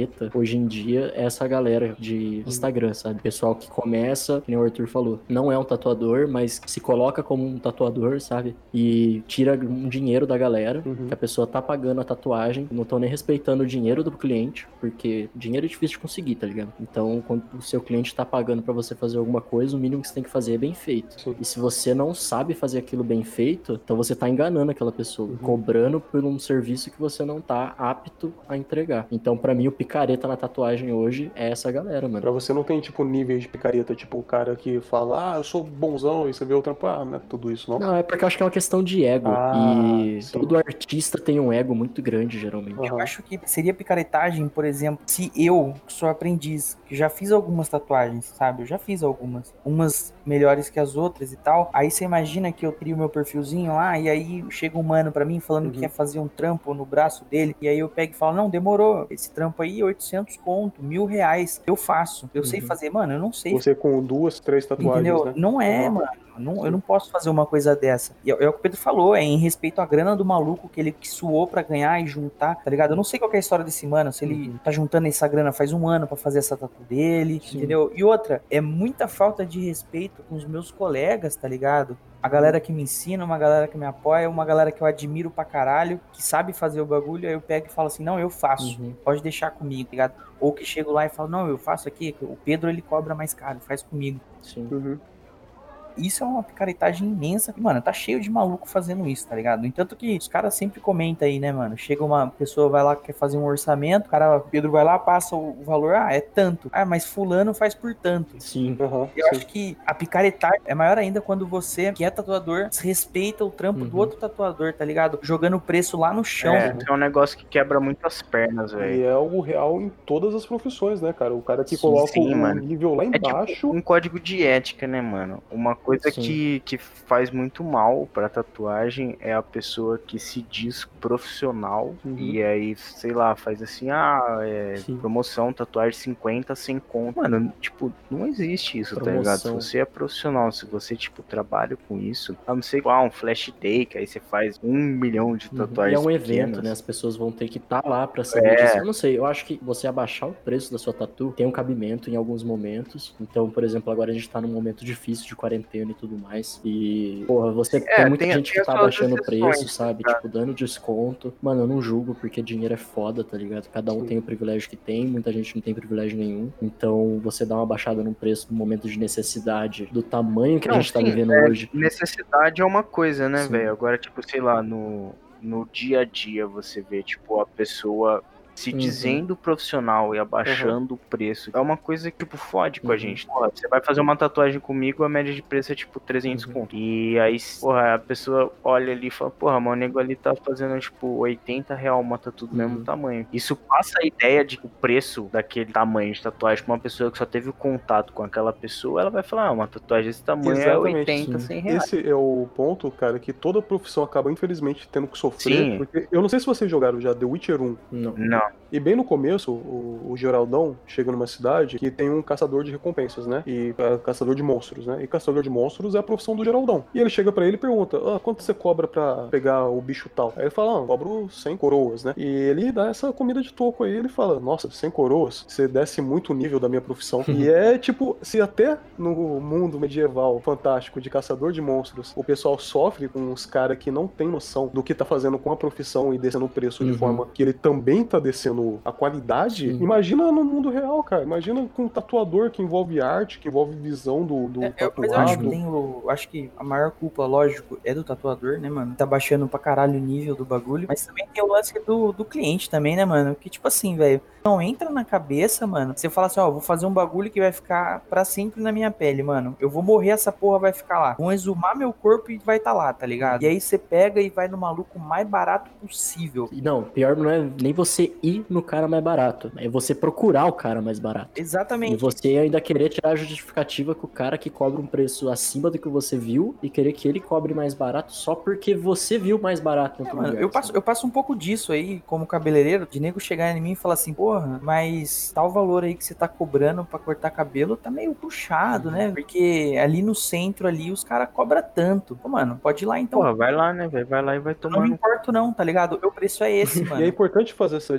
picareta hoje em dia é essa galera de Instagram, sabe? Pessoal que começa, que nem o Arthur falou, não é um tatuador, mas se coloca como um tatuador, sabe? E tira um dinheiro da galera, Uhum. que a pessoa tá pagando a tatuagem, não estão nem respeitando o dinheiro do cliente, porque dinheiro é difícil de conseguir, tá ligado? Então, quando o seu cliente tá pagando pra você fazer alguma coisa, o mínimo que você tem que fazer é bem feito. Sim. E se você não sabe fazer aquilo bem feito, então você tá enganando aquela pessoa, Uhum. cobrando por um serviço que você não tá apto a entregar. Então, pra mim, o picareta na tatuagem hoje é essa galera, mano. Pra você não tem, tipo, níveis de picareta, tipo, o cara que fala, ah, eu sou bonzão, e você vê o trampo, ah, não é tudo isso, não? Não, é porque eu acho que é uma questão de ego. Ah, e sim. todo artista tem um ego muito grande, geralmente. Aham. Eu acho que seria picaretagem, por exemplo, se eu, que sou aprendiz, que já fiz algumas tatuagens, sabe? Eu já fiz algumas. Umas melhores que as outras e tal. Aí você imagina que eu crio meu perfilzinho lá, e aí chega um mano pra mim falando Uhum. que quer fazer um trampo no braço dele, e aí eu pego e falo, não, demorou. Esse trampo aí, oitocentos conto, mil reais. Eu faço. Eu sei Uhum. fazer. Mano, eu não sei. Você com duas, três tatuagens, Entendeu? né? Não é, Aham. mano. Não, eu não posso fazer uma coisa dessa. E é, é o que o Pedro falou, é em respeito à grana do maluco que ele que suou pra ganhar e juntar, tá ligado? Eu não sei qual que é a história desse mano, se ele Uhum. tá juntando essa grana faz um ano pra fazer essa tatu dele, Sim. entendeu? E outra, é muita falta de respeito com os meus colegas, tá ligado? A galera que me ensina, uma galera que me apoia, uma galera que eu admiro pra caralho, que sabe fazer o bagulho, aí eu pego e falo assim, não, eu faço, Uhum. pode deixar comigo, tá ligado? Ou que chego lá e falo, não, eu faço aqui, o Pedro ele cobra mais caro, faz comigo. Sim. Uhum. Isso é uma picaretagem imensa. Mano, tá cheio de maluco fazendo isso, tá ligado? No entanto que os caras sempre comentam aí, né, mano? Chega uma pessoa, vai lá, quer fazer um orçamento, o cara, o Pedro vai lá, passa o valor, ah, é tanto. Ah, mas fulano faz por tanto. Sim. Aham, Eu sim. acho que a picaretagem é maior ainda quando você, que é tatuador, respeita o trampo do Uhum. outro tatuador, tá ligado? Jogando o preço lá no chão. É, é um negócio que quebra muito as pernas, E velho. é o real em todas as profissões, né, cara? O cara que Sim, coloca sim, o mano. nível lá É embaixo. tipo um código de ética, né, mano? Uma coisa Sim. que, que faz muito mal pra tatuagem é a pessoa que se diz profissional Uhum. e aí, sei lá, faz assim, ah, é, Sim. promoção, tatuagem cinquenta, sem conto. Mano, tipo, não existe isso, tá ligado? Se Promoção. você é profissional, se você, tipo, trabalha com isso, a não ser, ah, um flash day, que aí você faz um milhão de Uhum. tatuagens E é um pequenas. evento, né? As pessoas vão ter que estar lá pra saber É. disso. Eu não sei, eu acho que você abaixar o preço da sua tatu tem um cabimento em alguns momentos. Então, por exemplo, agora a gente tá num momento difícil de quarentena e tudo mais. E, porra, você É, tem muita tem- gente tem que as tá suas abaixando o exceções, preço, sabe? tá? Tipo, dando desconto. Mano, eu não julgo porque dinheiro é foda, tá ligado? Cada um Sim. tem o privilégio que tem, muita gente não tem privilégio nenhum. Então, você dá uma baixada no preço no momento de necessidade do tamanho que a Não, gente tá sim, vivendo é, hoje. necessidade é uma coisa, né, Sim. velho? Agora, tipo, sei lá, no, no dia a dia você vê, tipo, a pessoa se Uhum. dizendo profissional e abaixando o preço. É uma coisa que, tipo, fode com a Uhum. gente. Porra, você vai fazer uma tatuagem comigo, a média de preço é, tipo, trezentos Uhum. conto. E aí, porra, a pessoa olha ali e fala, porra, mas o nego ali tá fazendo, tipo, oitenta real uma tatu do mesmo Uhum. tamanho. Isso passa a ideia de que o preço daquele tamanho de tatuagem pra uma pessoa que só teve o contato com aquela pessoa, ela vai falar, ah, uma tatuagem desse tamanho é Exatamente. oitenta, Sim. cem reais. Esse é o ponto, cara, que toda profissão acaba, infelizmente, tendo que sofrer. Sim. Porque eu não sei se vocês jogaram já The Witcher um. Não. Não. E bem no começo, o, o Geraldão chega numa cidade que tem um caçador de recompensas, né? E uh, caçador de monstros, né? E caçador de monstros é a profissão do Geraldão. E ele chega pra ele e pergunta, ah, quanto você cobra pra pegar o bicho tal? Aí ele fala, ah, eu cobro cem coroas, né? E ele dá essa comida de toco aí, ele fala, nossa, cem coroas? Você desce muito o nível da minha profissão. E é tipo, se até no mundo medieval fantástico de caçador de monstros, o pessoal sofre com os caras que não tem noção do que tá fazendo com a profissão e descendo o preço de Uhum. forma que ele também tá descendo a qualidade, Sim. imagina no mundo real, cara. Imagina com um tatuador que envolve arte, que envolve visão do, do É, eu, mas eu acho que tatuado. tem o. Acho que a maior culpa, lógico, é do tatuador, né, mano? Tá baixando pra caralho o nível do bagulho. Mas também tem o lance do, do cliente também, né, mano? Que tipo assim, velho. Não entra na cabeça, mano. Você fala assim, ó, vou fazer um bagulho que vai ficar pra sempre na minha pele, mano. Eu vou morrer, essa porra vai ficar lá. Vão exumar meu corpo e vai tá lá, tá ligado? E aí você pega e vai no maluco mais barato possível. E não, pior não é nem você ir no cara mais barato, é você procurar o cara mais barato. E Exatamente. você ainda querer tirar a justificativa que o cara que cobra um preço acima do que você viu e querer que ele cobre mais barato só porque você viu mais barato em É, outro mano, lugar. eu passo, eu passo um pouco disso aí, como cabeleireiro, de nego chegar em mim e falar assim, porra, mas tal valor aí que você tá cobrando pra cortar cabelo tá meio puxado, né? Porque ali no centro ali os caras cobram tanto. Pô, mano, pode ir lá então. Porra, vai lá, né, velho? Vai lá e vai Eu não me tomando. importo não, tá ligado? O meu preço é esse, E é mano. importante fazer essa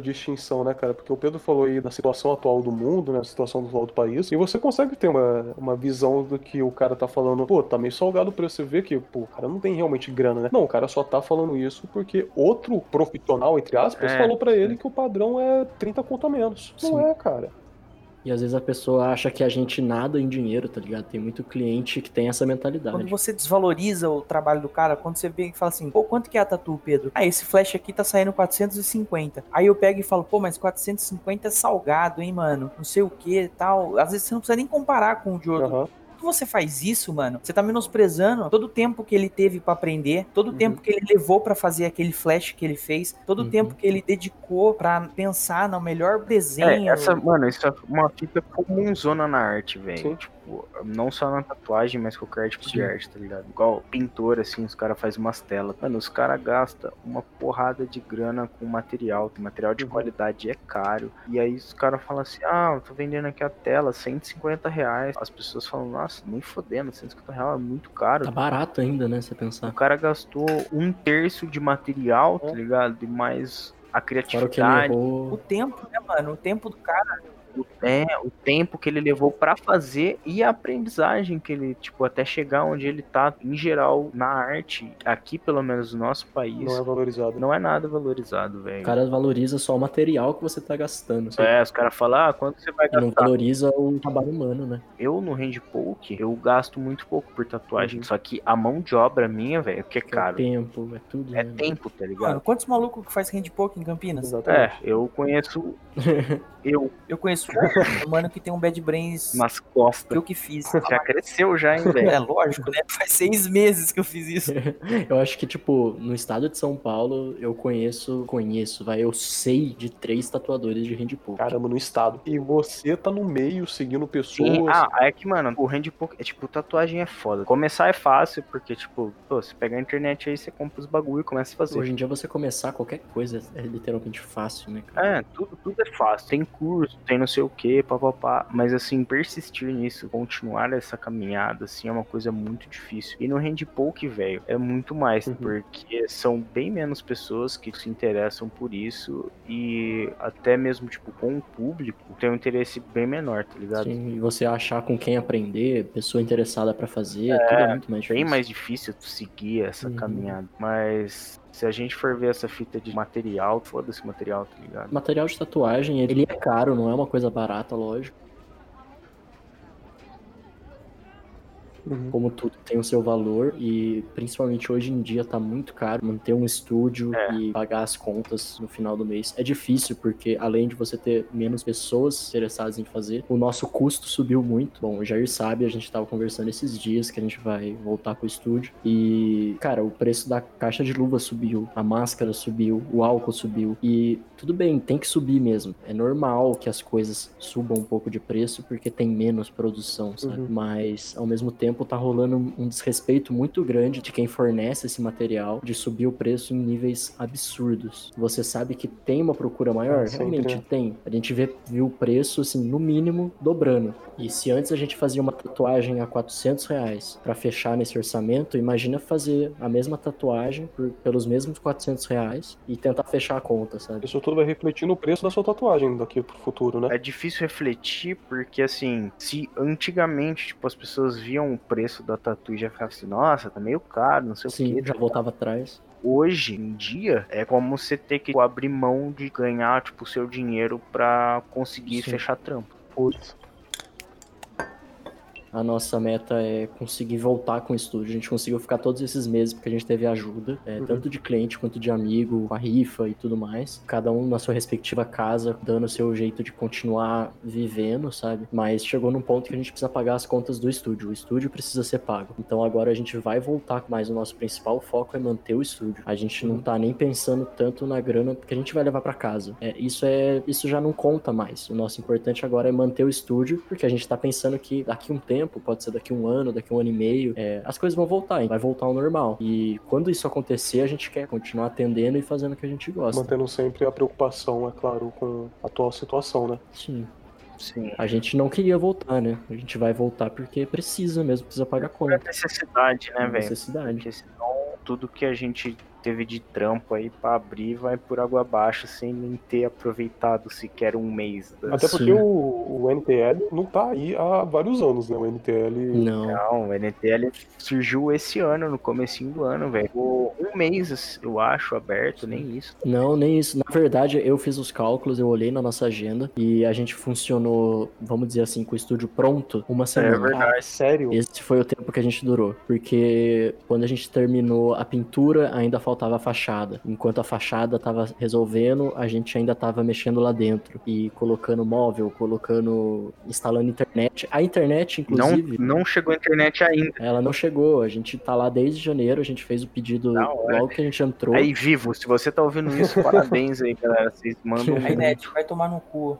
distinção, né, cara? Porque o Pedro falou aí da situação atual do mundo, né, a situação atual do país, e você consegue ter uma, uma visão do que o cara tá falando, pô, tá meio salgado pra você ver que, pô, o cara não tem realmente grana, né? Não, o cara só tá falando isso porque outro profissional, entre aspas, É, falou pra ele sim. que o padrão é trinta conto a menos. Não Sim. é, cara. E às vezes a pessoa acha que a gente nada em dinheiro, tá ligado? Tem muito cliente que tem essa mentalidade. Quando você desvaloriza o trabalho do cara, quando você vê e fala assim, pô, quanto que é a tatu, Pedro? Ah, esse flash aqui tá saindo quatrocentos e cinquenta. Aí eu pego e falo, pô, mas quatrocentos e cinquenta é salgado, hein, mano? Não sei o que tal. Às vezes você não precisa nem comparar com o de outro. Aham. Quando você faz isso, mano, você tá menosprezando todo o tempo que ele teve pra aprender, todo o Uhum. tempo que ele levou pra fazer aquele flash que ele fez, todo o Uhum. tempo que ele dedicou pra pensar no melhor É, desenho. essa, mano, isso é uma fita comunzona na arte, velho. Sim. Tipo, não só na tatuagem, mas qualquer tipo Sim. de arte, tá ligado? Igual pintor, assim, os caras fazem umas telas. Mano, os caras gastam uma porrada de grana com material. Tem material de Uhum. qualidade é caro. E aí os caras falam assim, ah, eu tô vendendo aqui a tela, cento e cinquenta reais. As pessoas falam, nossa, nem fodendo, cento e cinquenta reais é muito caro. Tá barato ainda, né? Você pensar. O cara gastou um terço de material, tá É. ligado? E mais a Fora o que ele criatividade. O errou. tempo, né, mano? O tempo do cara. O, é, o tempo que ele levou pra fazer e a aprendizagem que ele, tipo, até chegar onde ele tá, em geral, na arte, aqui pelo menos no nosso país, Não é valorizado. não é nada valorizado, O velho. cara valoriza só o material que você tá gastando. É, os caras falam, ah, quanto você vai E não gastar? valoriza o trabalho humano, né? Eu, no handpoke, eu gasto muito pouco por tatuagem, Uhum. só que a mão de obra minha, velho, que é Que é caro, tempo, é tudo. é né? tempo, tá Mano, ligado? quantos malucos que faz handpoke em Campinas? Exatamente. É, eu conheço, eu, Eu conheço um mano que tem um Bad Brains nas que costas. eu que fiz. Já cresceu já, hein, velho? É lógico, né? Faz seis meses que eu fiz isso. Eu acho que, tipo, no estado de São Paulo, eu conheço, conheço, vai, eu sei de três tatuadores de handpoke. Caramba, no estado. E você tá no meio, seguindo pessoas. Sim, ah, é que, mano, o handpoke, é tipo, tatuagem é foda. Começar é fácil, porque, tipo, pô, você pega a internet aí, você compra os bagulho e começa a fazer. Hoje em dia, você começar qualquer coisa é literalmente fácil, né, cara? É, tudo, tudo é fácil. Tem curso, tem não sei o que, papapá. Mas assim, persistir nisso, continuar essa caminhada, assim, é uma coisa muito difícil. E no handpoke, velho, é muito mais, Uhum. porque são bem menos pessoas que se interessam por isso. E até mesmo, tipo, com o público, tem um interesse bem menor, tá ligado? Sim, e você achar com quem aprender, pessoa interessada pra fazer, tudo é muito mais difícil. Bem mais difícil tu seguir essa Uhum. caminhada. Mas se a gente for ver essa fita de material, foda-se o material, tá ligado? Material de tatuagem, ele é caro, não é uma coisa barata, lógico. Uhum. Como tudo tem o seu valor e principalmente hoje em dia tá muito caro manter um estúdio É. e pagar as contas no final do mês. É difícil porque além de você ter menos pessoas interessadas em fazer, o nosso custo subiu muito. Bom, o Jair sabe, a gente tava conversando esses dias que a gente vai voltar com o estúdio e, cara, o preço da caixa de luva subiu, a máscara subiu, o álcool subiu e tudo bem, tem que subir mesmo. É normal que as coisas subam um pouco de preço porque tem menos produção, sabe? Uhum. Mas ao mesmo tempo tá rolando um desrespeito muito grande de quem fornece esse material, de subir o preço em níveis absurdos. Você sabe que tem uma procura maior? É, sempre, Realmente né? tem. A gente vê, viu o preço, assim, no mínimo, dobrando. E se antes a gente fazia uma tatuagem a quatrocentos reais pra fechar nesse orçamento, imagina fazer a mesma tatuagem por, pelos mesmos quatrocentos reais e tentar fechar a conta, sabe? Isso tudo vai refletir no preço da sua tatuagem daqui pro futuro, né? É difícil refletir porque, assim, se antigamente, tipo, as pessoas viam o preço da tatu e já ficavam assim, nossa, tá meio caro, não sei o Sim, que. já voltava atrás. Hoje em dia, é como você ter que tipo, abrir mão de ganhar, tipo, o seu dinheiro pra conseguir Sim. fechar trampo. Putz. A nossa meta é conseguir voltar com o estúdio. A gente conseguiu ficar todos esses meses porque a gente teve ajuda, é, Uhum. tanto de cliente quanto de amigo, com a rifa e tudo mais. Cada um na sua respectiva casa, dando o seu jeito de continuar vivendo, sabe? Mas chegou num ponto que a gente precisa pagar as contas do estúdio. O estúdio precisa ser pago. Então agora a gente vai voltar, mas o nosso principal foco é manter o estúdio. A gente não tá nem pensando tanto na grana que a gente vai levar pra casa. É, isso, é, isso já não conta mais. O nosso importante agora é manter o estúdio, porque a gente tá pensando que daqui a um tempo, pode ser daqui a um ano, daqui a um ano e meio, é, as coisas vão voltar, hein? Vai voltar ao normal. E quando isso acontecer, a gente quer continuar atendendo e fazendo o que a gente gosta. Mantendo sempre a preocupação, é claro, com a atual situação, né? Sim. Sim. A gente não queria voltar, né? A gente vai voltar porque precisa mesmo, precisa pagar Por conta. necessidade, né, É velho? necessidade. Porque senão tudo que a gente teve de trampo aí pra abrir vai por água abaixo sem nem ter aproveitado sequer um mês. Da... Até porque o, o N T L não tá aí há vários anos, né? O N T L... Não. Não, o N T L surgiu esse ano, no comecinho do ano, velho. Ficou um mês, eu acho, aberto, nem isso. Não, nem isso. Na verdade, eu fiz os cálculos, eu olhei na nossa agenda e a gente funcionou, vamos dizer assim, com o estúdio pronto uma semana. É verdade. Ah, sério? Esse foi o tempo que a gente durou, porque quando a gente terminou a pintura, ainda faltava a fachada. Enquanto a fachada tava resolvendo, a gente ainda tava mexendo lá dentro e colocando móvel, colocando, instalando internet. A internet, inclusive... Não, não chegou a internet ainda. Ela não chegou, a gente tá lá desde janeiro, a gente fez o pedido logo que a gente entrou. Aí, Vivo, se você tá ouvindo isso, parabéns aí, galera. Vocês mandam um... Aí, Net, vai tomar no cu.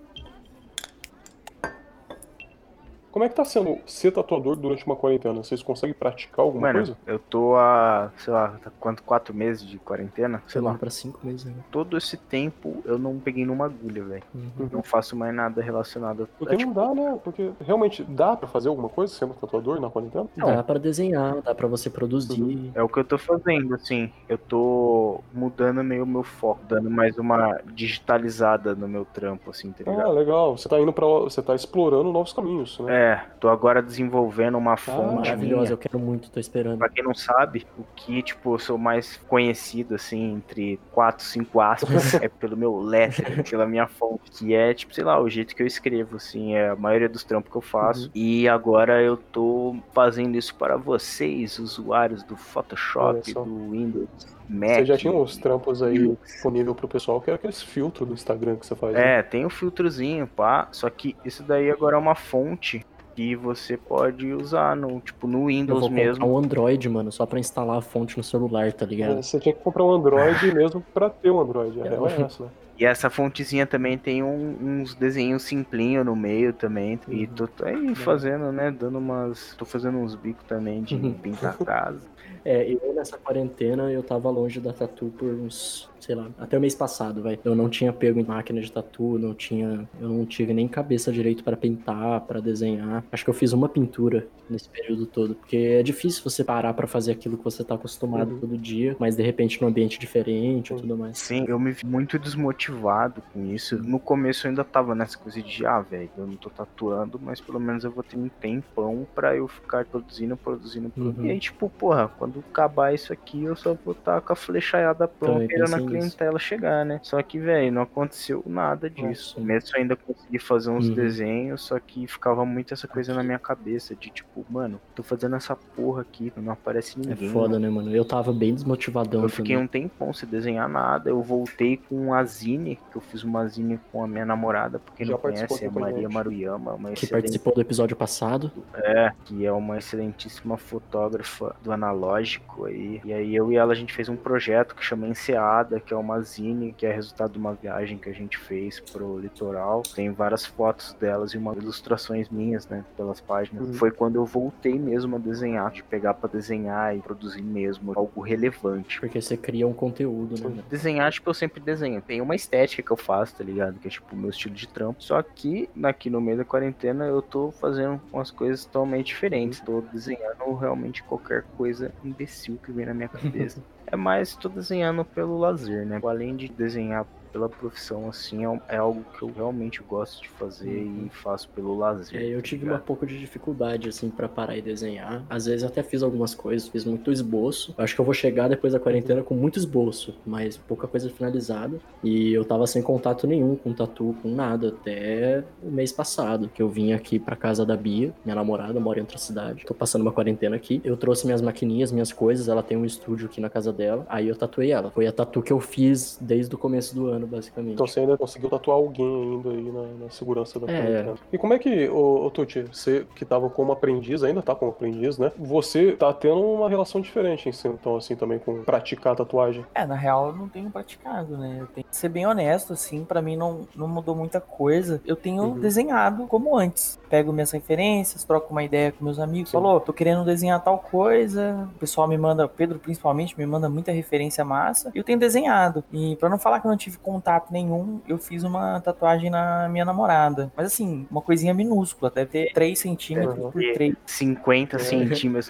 Como é que tá sendo ser tatuador durante uma quarentena? Vocês conseguem praticar alguma Mano, coisa? eu tô há, sei lá, tá quanto, quatro meses de quarentena? Sei Sei lá, lá. pra cinco meses, né? Todo esse tempo eu não peguei numa agulha, velho. Uhum. Não faço mais nada relacionado a... Porque tipo, não dá, né? Porque realmente dá pra fazer alguma coisa sendo tatuador na quarentena? Dá pra desenhar, dá pra você produzir. Uhum. É o que eu tô fazendo, assim. Eu tô mudando meio o meu foco, dando mais uma digitalizada no meu trampo, assim, tá ligado? Ah, legal. Você tá indo para, você tá explorando novos caminhos, né? É, tô agora desenvolvendo uma fonte Maravilhosa, minha. eu quero muito, tô esperando. Pra quem não sabe, o que, tipo, eu sou mais conhecido, assim, entre quatro, cinco aspas, é pelo meu lettering, pela minha fonte, que é, tipo, sei lá, o jeito que eu escrevo, assim, é a maioria dos trampos que eu faço. Uhum. E agora eu tô fazendo isso para vocês, usuários do Olha Photoshop, só. do Windows, Mac. Você já tinha uns trampos aí Linux. disponível pro pessoal, que era aqueles filtros do Instagram que você faz. né? É, tem o filtrozinho, pá, só que isso daí agora é uma fonte que você pode usar no, tipo, no Eu Windows vou mesmo. comprar um Android, mano, só pra instalar a fonte no celular, tá ligado? É, Você tinha que comprar um Android mesmo pra ter um Android. A É. real é essa, né? E essa fontezinha também tem um- uns desenhos simplinho no meio também. E Uhum. tô, tô aí fazendo, né? Dando umas. Tô fazendo uns bicos também de Uhum. pintar casa. É, eu nessa quarentena eu tava longe da tatu por uns, sei lá, até o mês passado, vai. Eu não tinha pego em máquina de tatu, não tinha, eu não tive nem cabeça direito pra pintar, pra desenhar. Acho que eu fiz uma pintura nesse período todo, porque é difícil você parar pra fazer aquilo que você tá acostumado Uhum. todo dia, mas de repente num ambiente diferente e Uhum. tudo mais. Sim, eu me vi muito desmotivado com isso. No começo eu ainda tava nessa coisa de, ah, velho, eu não tô tatuando, mas pelo menos eu vou ter um tempão pra eu ficar produzindo, produzindo, produzindo. Uhum. E aí, tipo, porra, quando acabar isso aqui, eu só vou estar com a flechaiada pronta Também esperando a pensei nisso. clientela chegar, né? Só que, velho, não aconteceu nada disso. Nossa. No começo eu ainda consegui fazer uns Uhum. desenhos, só que ficava muito essa coisa na minha cabeça, de tipo, mano, tô fazendo essa porra aqui, não aparece É ninguém. foda, né, mano? Eu tava bem desmotivadão Eu fiquei também. um tempão sem desenhar nada. Eu voltei com a zine, que eu fiz uma zine com a minha namorada, porque Já não participou conhece, é aqui com a Maria gente. Maruyama, uma Que excelente, participou do episódio passado. é, que é uma excelentíssima fotógrafa do analógico aí. E aí eu e ela a gente fez um projeto que chama Enseada, que é uma zine, que é resultado de uma viagem que a gente fez pro litoral. Tem várias fotos delas e umas ilustrações minhas, né, pelas páginas. Uhum. Foi quando eu voltei mesmo a desenhar, de pegar pra desenhar e produzir mesmo algo relevante. Porque você cria um conteúdo, né, mano? Desenhar, tipo, eu sempre desenho. Tem uma estética que eu faço, tá ligado? Que é, tipo, o meu estilo de trampo. Só que, aqui no meio da quarentena, eu tô fazendo umas coisas totalmente diferentes. Tô desenhando realmente qualquer coisa imbecil que vem na minha cabeça. É mais, tô desenhando pelo lazer, né? Além de desenhar pela profissão, assim, é, um- é algo que eu realmente gosto de fazer e faço pelo lazer. É, eu tá tive ligado? uma pouco de dificuldade, assim, pra parar e desenhar. Às vezes até fiz algumas coisas, fiz muito esboço. Eu acho que eu vou chegar depois da quarentena com muito esboço, mas pouca coisa finalizada. E eu tava sem contato nenhum com tatu, com nada, até o mês passado, que eu vim aqui pra casa da Bia, minha namorada, mora em outra cidade. Tô passando uma quarentena aqui. Eu trouxe minhas maquininhas, minhas coisas, ela tem um estúdio aqui na casa dela. Aí eu tatuei ela. Foi a tatu que eu fiz desde o começo do ano, basicamente. Então você ainda conseguiu tatuar alguém ainda aí na, na segurança da É. quarentena. E como é que, ô, ô Tuti, você que tava como aprendiz, ainda tá como aprendiz, né? Você tá tendo uma relação diferente, então, assim, também com praticar tatuagem. É, na real eu não tenho praticado, né? Eu tenho que ser bem honesto, assim, pra mim não, não mudou muita coisa. Eu tenho Uhum. desenhado como antes. Pego minhas referências, troco uma ideia com meus amigos. Sim. Falou, tô querendo desenhar tal coisa. O pessoal me manda, o Pedro principalmente, me manda muita referência massa. E eu tenho desenhado. E pra não falar que eu não tive contato nenhum, eu fiz uma tatuagem na minha namorada. Mas assim, uma coisinha minúscula, deve ter três centímetros Uhum. por três. cinquenta É. centímetros nas costas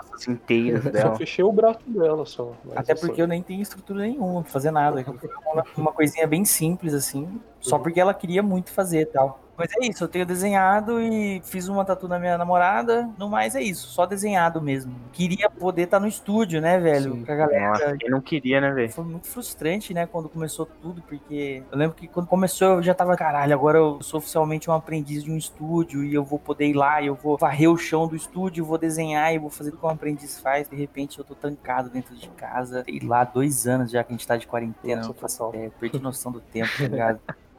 costas inteiras Só dela. fechei o braço dela só. mas Até essa- porque eu nem tenho estrutura nenhuma pra fazer nada. Uma, uma coisinha bem simples, assim, só porque ela queria muito fazer e tal. Mas é isso, eu tenho desenhado e fiz uma tatu na minha namorada. No mais é isso, só desenhado mesmo. Queria poder estar no estúdio, né, velho? Sim. Com a galera. Nossa, quem não queria, né, velho? Foi muito frustrante, né, quando começou tudo, porque eu lembro que quando começou eu já tava, caralho, agora eu sou oficialmente um aprendiz de um estúdio e eu vou poder ir lá, eu vou varrer o chão do estúdio, vou desenhar e vou fazer o que um aprendiz faz. De repente eu tô trancado dentro de casa, sei lá, dois anos já que a gente tá de quarentena, Nossa, não faço total. ideia, perdi noção do tempo, tá ligado?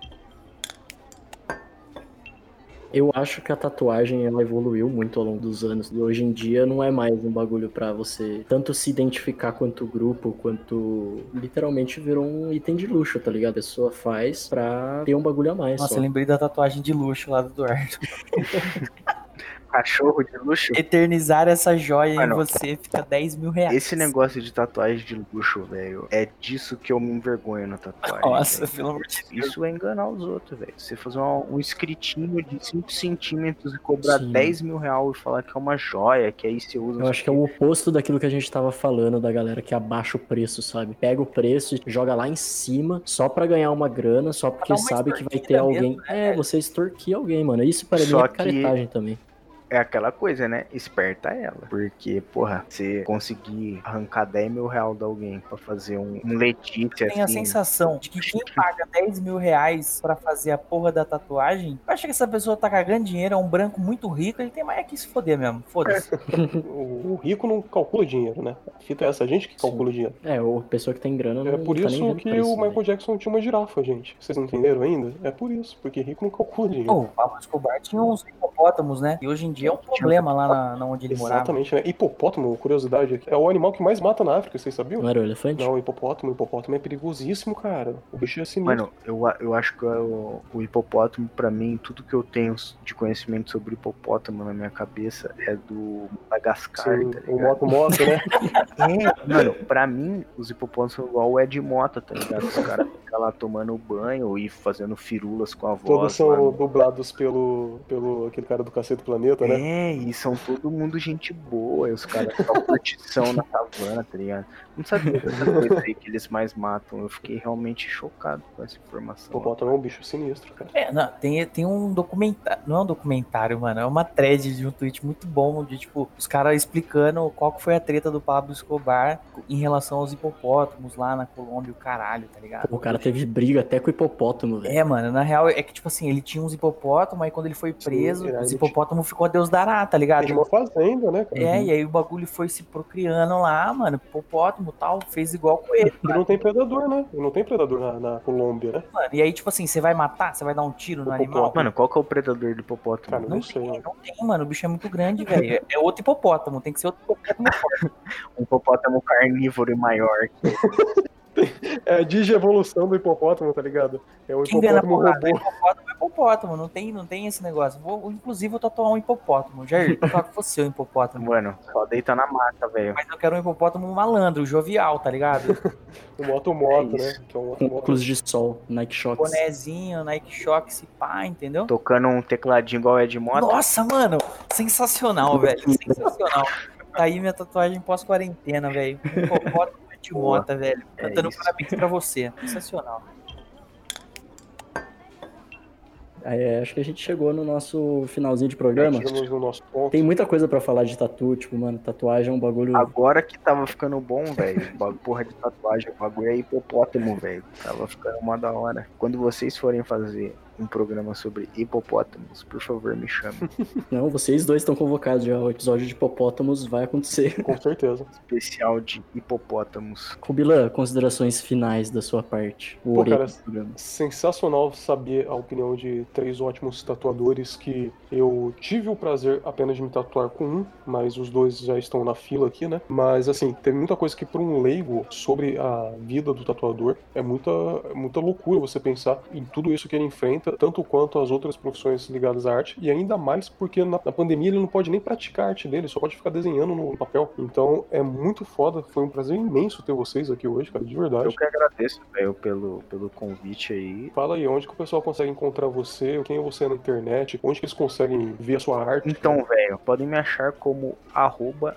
Eu acho que a tatuagem ela evoluiu muito ao longo dos anos. E hoje em dia não é mais um bagulho pra você tanto se identificar quanto grupo, quanto literalmente virou um item de luxo, tá ligado? A pessoa faz pra ter um bagulho a mais. Nossa, só. eu lembrei da tatuagem de luxo lá do Eduardo. Cachorro de luxo. Eternizar essa joia Mano, em você fica dez mil reais. Esse negócio de tatuagem de luxo, velho, é disso que eu me envergonho na tatuagem. Nossa, velho. pelo amor de Deus. Isso é enganar os outros, velho. Você fazer um, um escritinho de cinco centímetros e cobrar Sim. dez mil reais e falar que é uma joia, que aí você usa. Eu acho que é o oposto daquilo que a gente tava falando da galera que abaixa o preço, sabe? Pega o preço e joga lá em cima só pra ganhar uma grana, só porque dar uma sabe que vai ter extorquida alguém. mesmo, né, É, velho? você extorquir alguém, mano. Isso para mim Só é que- caretagem também. É aquela coisa, né? Esperta ela. Porque, porra, você conseguir arrancar dez mil reais de alguém pra fazer um, um Letícia Tem a assim. sensação de que quem paga dez mil reais pra fazer a porra da tatuagem, acha que essa pessoa tá cagando dinheiro, é um branco muito rico, ele tem mais é que se foder mesmo. Foda-se. O, o rico não calcula dinheiro, né? A fita é essa, a gente que calcula o dinheiro. É, ou pessoa que tem grana não É por tá nem isso vendo que preço, o Michael velho. Jackson tinha uma girafa, gente. Vocês não entenderam ainda? É por isso, porque rico não calcula dinheiro. Pô, o Pablo Escobar tinha uns hipopótamos, né? E hoje em dia é um problema lá na, na onde ele morava. Exatamente, né? Hipopótamo, curiosidade, é o animal que mais mata na África, vocês sabiam? Não era o elefante? Não, hipopótamo, hipopótamo é perigosíssimo, cara. O bicho é sinistro. Mano, eu, a- eu acho que o, o hipopótamo, pra mim, tudo que eu tenho de conhecimento sobre hipopótamo na minha cabeça é do Madagascar, Sim, tá o ligado? moto-moto, né? É, mano, pra mim, os hipopótamos são igual o Ed Mota, tá ligado? Os caras ficam lá tomando banho e fazendo firulas com a voz. Todos são lá no- dublados pelo, pelo aquele cara do Cacete Planeta, né? É, e são todo mundo gente boa, e os caras ficam curtição na savana, tá ligado? Não sabia dessa coisa aí que eles mais matam, eu fiquei realmente chocado com essa informação. Hipopótamo é um bicho sinistro, cara. É, não, tem, tem um documentário, não é um documentário, mano, é uma thread de um tweet muito bom, de tipo, os caras explicando qual que foi a treta do Pablo Escobar em relação aos hipopótamos lá na Colômbia, o caralho, tá ligado? Pô, o cara teve briga até com o hipopótamo, velho. É, mano, na real é que, tipo assim, ele tinha uns hipopótamos, aí quando ele foi preso, Sim, aí os ele hipopótamos ficou a Deus dará, tá ligado? Tem uma fazenda, né, cara? É, e aí o bagulho foi se procriando lá, mano, hipopótamo e tal, fez igual com ele, E não tem predador, né? E não tem predador na, na Colômbia, né? mano. E aí, tipo assim, você vai matar? Você vai dar um tiro no O animal? hipopótamo. Mano, qual que é o predador do hipopótamo? Cara, Não não sei. tem, né? não tem, mano. O bicho é muito grande, velho. É outro hipopótamo, tem que ser outro hipopótamo. Um hipopótamo carnívoro e maior. É a digievolução do hipopótamo, tá ligado? É um Quem ganha na hipopótamo porrada? robô. Hipopótamo é hipopótamo, não tem, não tem esse negócio. Vou, inclusive, vou tatuar um hipopótamo. Jair, tatuar com você um hipopótamo. Mano, só deita na mata, velho. Mas eu quero um hipopótamo malandro, jovial, tá ligado? O moto-moto, É né? isso. Que é um Com moto-moto. óculos de sol, Nike Shox. Bonezinho, Nike Shox, se pá, entendeu? Tocando um tecladinho igual o Ed Mota. Nossa, mano, sensacional, velho. Sensacional. Tá aí minha tatuagem pós-quarentena, velho. Hipopótamo de mota, velho. É Cantando isso. parabéns pra você. Sensacional. É, acho que a gente chegou no nosso finalzinho de programa. Chegamos no nosso ponto. Tem muita coisa pra falar de tatu, tipo, mano, tatuagem é um bagulho... Agora que tava ficando bom, velho. ba- Porra de tatuagem, o bagulho é hipopótamo, velho. Tava ficando uma da hora. Quando vocês forem fazer um programa sobre hipopótamos, por favor, me chamem. Não, vocês dois estão convocados já, o episódio de hipopótamos vai acontecer. Com certeza. Especial de hipopótamos. Kubila, considerações finais da sua parte. O Pô, orelha cara, do programa. Sensacional saber a opinião de três ótimos tatuadores que eu tive o prazer apenas de me tatuar com um, mas os dois já estão na fila aqui, né? Mas assim, tem muita coisa que para um leigo sobre a vida do tatuador é muita, é muita loucura você pensar em tudo isso que ele enfrenta aumenta tanto quanto as outras profissões ligadas à arte, e ainda mais porque na, na pandemia ele não pode nem praticar a arte dele, só pode ficar desenhando no papel. Então é muito foda, foi um prazer imenso ter vocês aqui hoje, cara, de verdade. Eu que agradeço, velho, pelo, pelo convite aí. Fala aí, onde que o pessoal consegue encontrar você, quem é você na internet, onde que eles conseguem ver a sua arte? Então, velho, podem me achar como arroba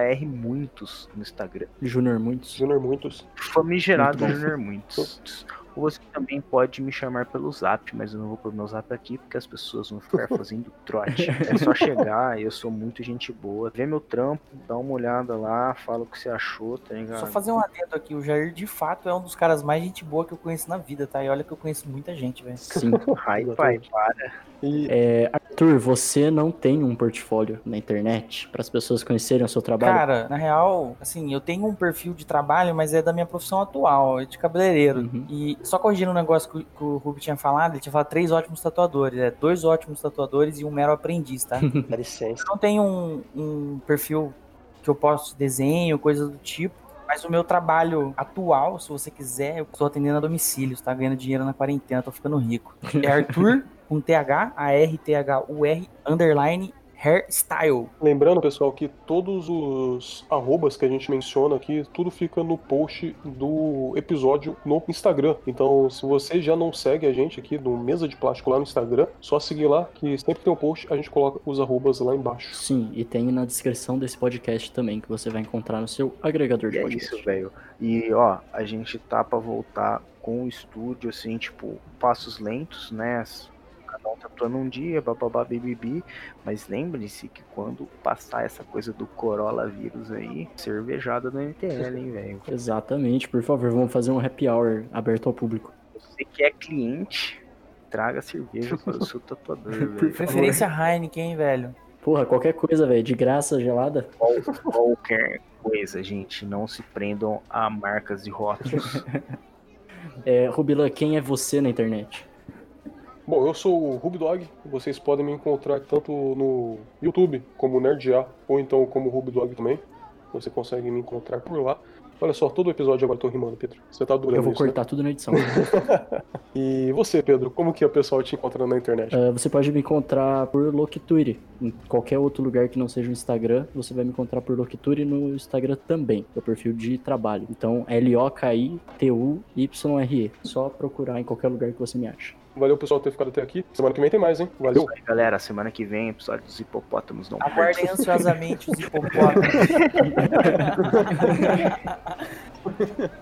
jrmuitos no Instagram. Júnior Muitos. Júnior Muitos. Famigerado Muito bom. Júnior Muitos. Ou você também pode me chamar pelo Zap, mas eu não vou pôr meu Zap aqui porque as pessoas vão ficar fazendo trote. É só chegar, eu sou muito gente boa. Vê meu trampo, dá uma olhada lá, fala o que você achou, tá ligado? Só fazer um adendo aqui, o Jair de fato é um dos caras mais gente boa que eu conheço na vida, tá? E olha que eu conheço muita gente, velho. Sim. Ai, pai, para. E É, Arthur, você não tem um portfólio na internet para as pessoas conhecerem o seu trabalho? Cara, na real, assim, eu tenho um perfil de trabalho, mas é da minha profissão atual, é de cabeleireiro. Uhum. E só corrigindo um negócio que, que o Rubi tinha falado, ele tinha falado três ótimos tatuadores, é dois ótimos tatuadores e um mero aprendiz, tá? Dá licença. Eu não tenho um, um perfil que eu posto desenho, coisa do tipo. Mas o meu trabalho atual, se você quiser, eu estou atendendo a domicílios, tá? Ganhando dinheiro na quarentena, tô ficando rico. É Arthur, com T H, A R T H U R, underline, hairstyle. lembrando, pessoal, que todos os arrobas que a gente menciona aqui, tudo fica no post do episódio no Instagram. Então, se você já não segue a gente aqui no Mesa de Plástico lá no Instagram, só seguir lá, que sempre tem um post, a gente coloca os arrobas lá embaixo. Sim, e tem na descrição desse podcast também, que você vai encontrar no seu agregador de E é podcast. isso, velho. E, ó, a gente tá pra voltar com o estúdio, assim, tipo, passos lentos, né? Cada um tatuando um dia, bababá, bibibi. Mas lembre-se que quando passar essa coisa do coronavírus aí, cervejada do M T L, hein, velho? Exatamente, por favor, vamos fazer um happy hour aberto ao público. Você que é cliente, traga cerveja para o seu tatuador, velho. Preferência Heineken, hein, velho? Porra, qualquer coisa, velho, de graça, gelada. Qual- Qualquer coisa, gente. Não se prendam a marcas e rótulos. É, Rubila, quem é você na internet? Bom, eu sou o Rubdog, vocês podem me encontrar tanto no YouTube como NerdA, ou então como Rubdog também. Você consegue me encontrar por lá. Olha só, todo episódio agora eu tô rimando, Pedro. Você tá adorando Eu vou isso, né? cortar tudo na edição. E você, Pedro, como que a pessoa te encontra na internet? Uh, você pode me encontrar por Loquiture. Em qualquer outro lugar que não seja o Instagram, você vai me encontrar por Loquiture no Instagram também. É o perfil de trabalho. Então, L O K I T U Y R E. Só procurar em qualquer lugar que você me acha. Valeu, pessoal, por ter ficado até aqui. Semana que vem tem mais, hein? Valeu! Isso aí, galera. Semana que vem, episódio dos hipopótamos não Aguardem ansiosamente os hipopótamos.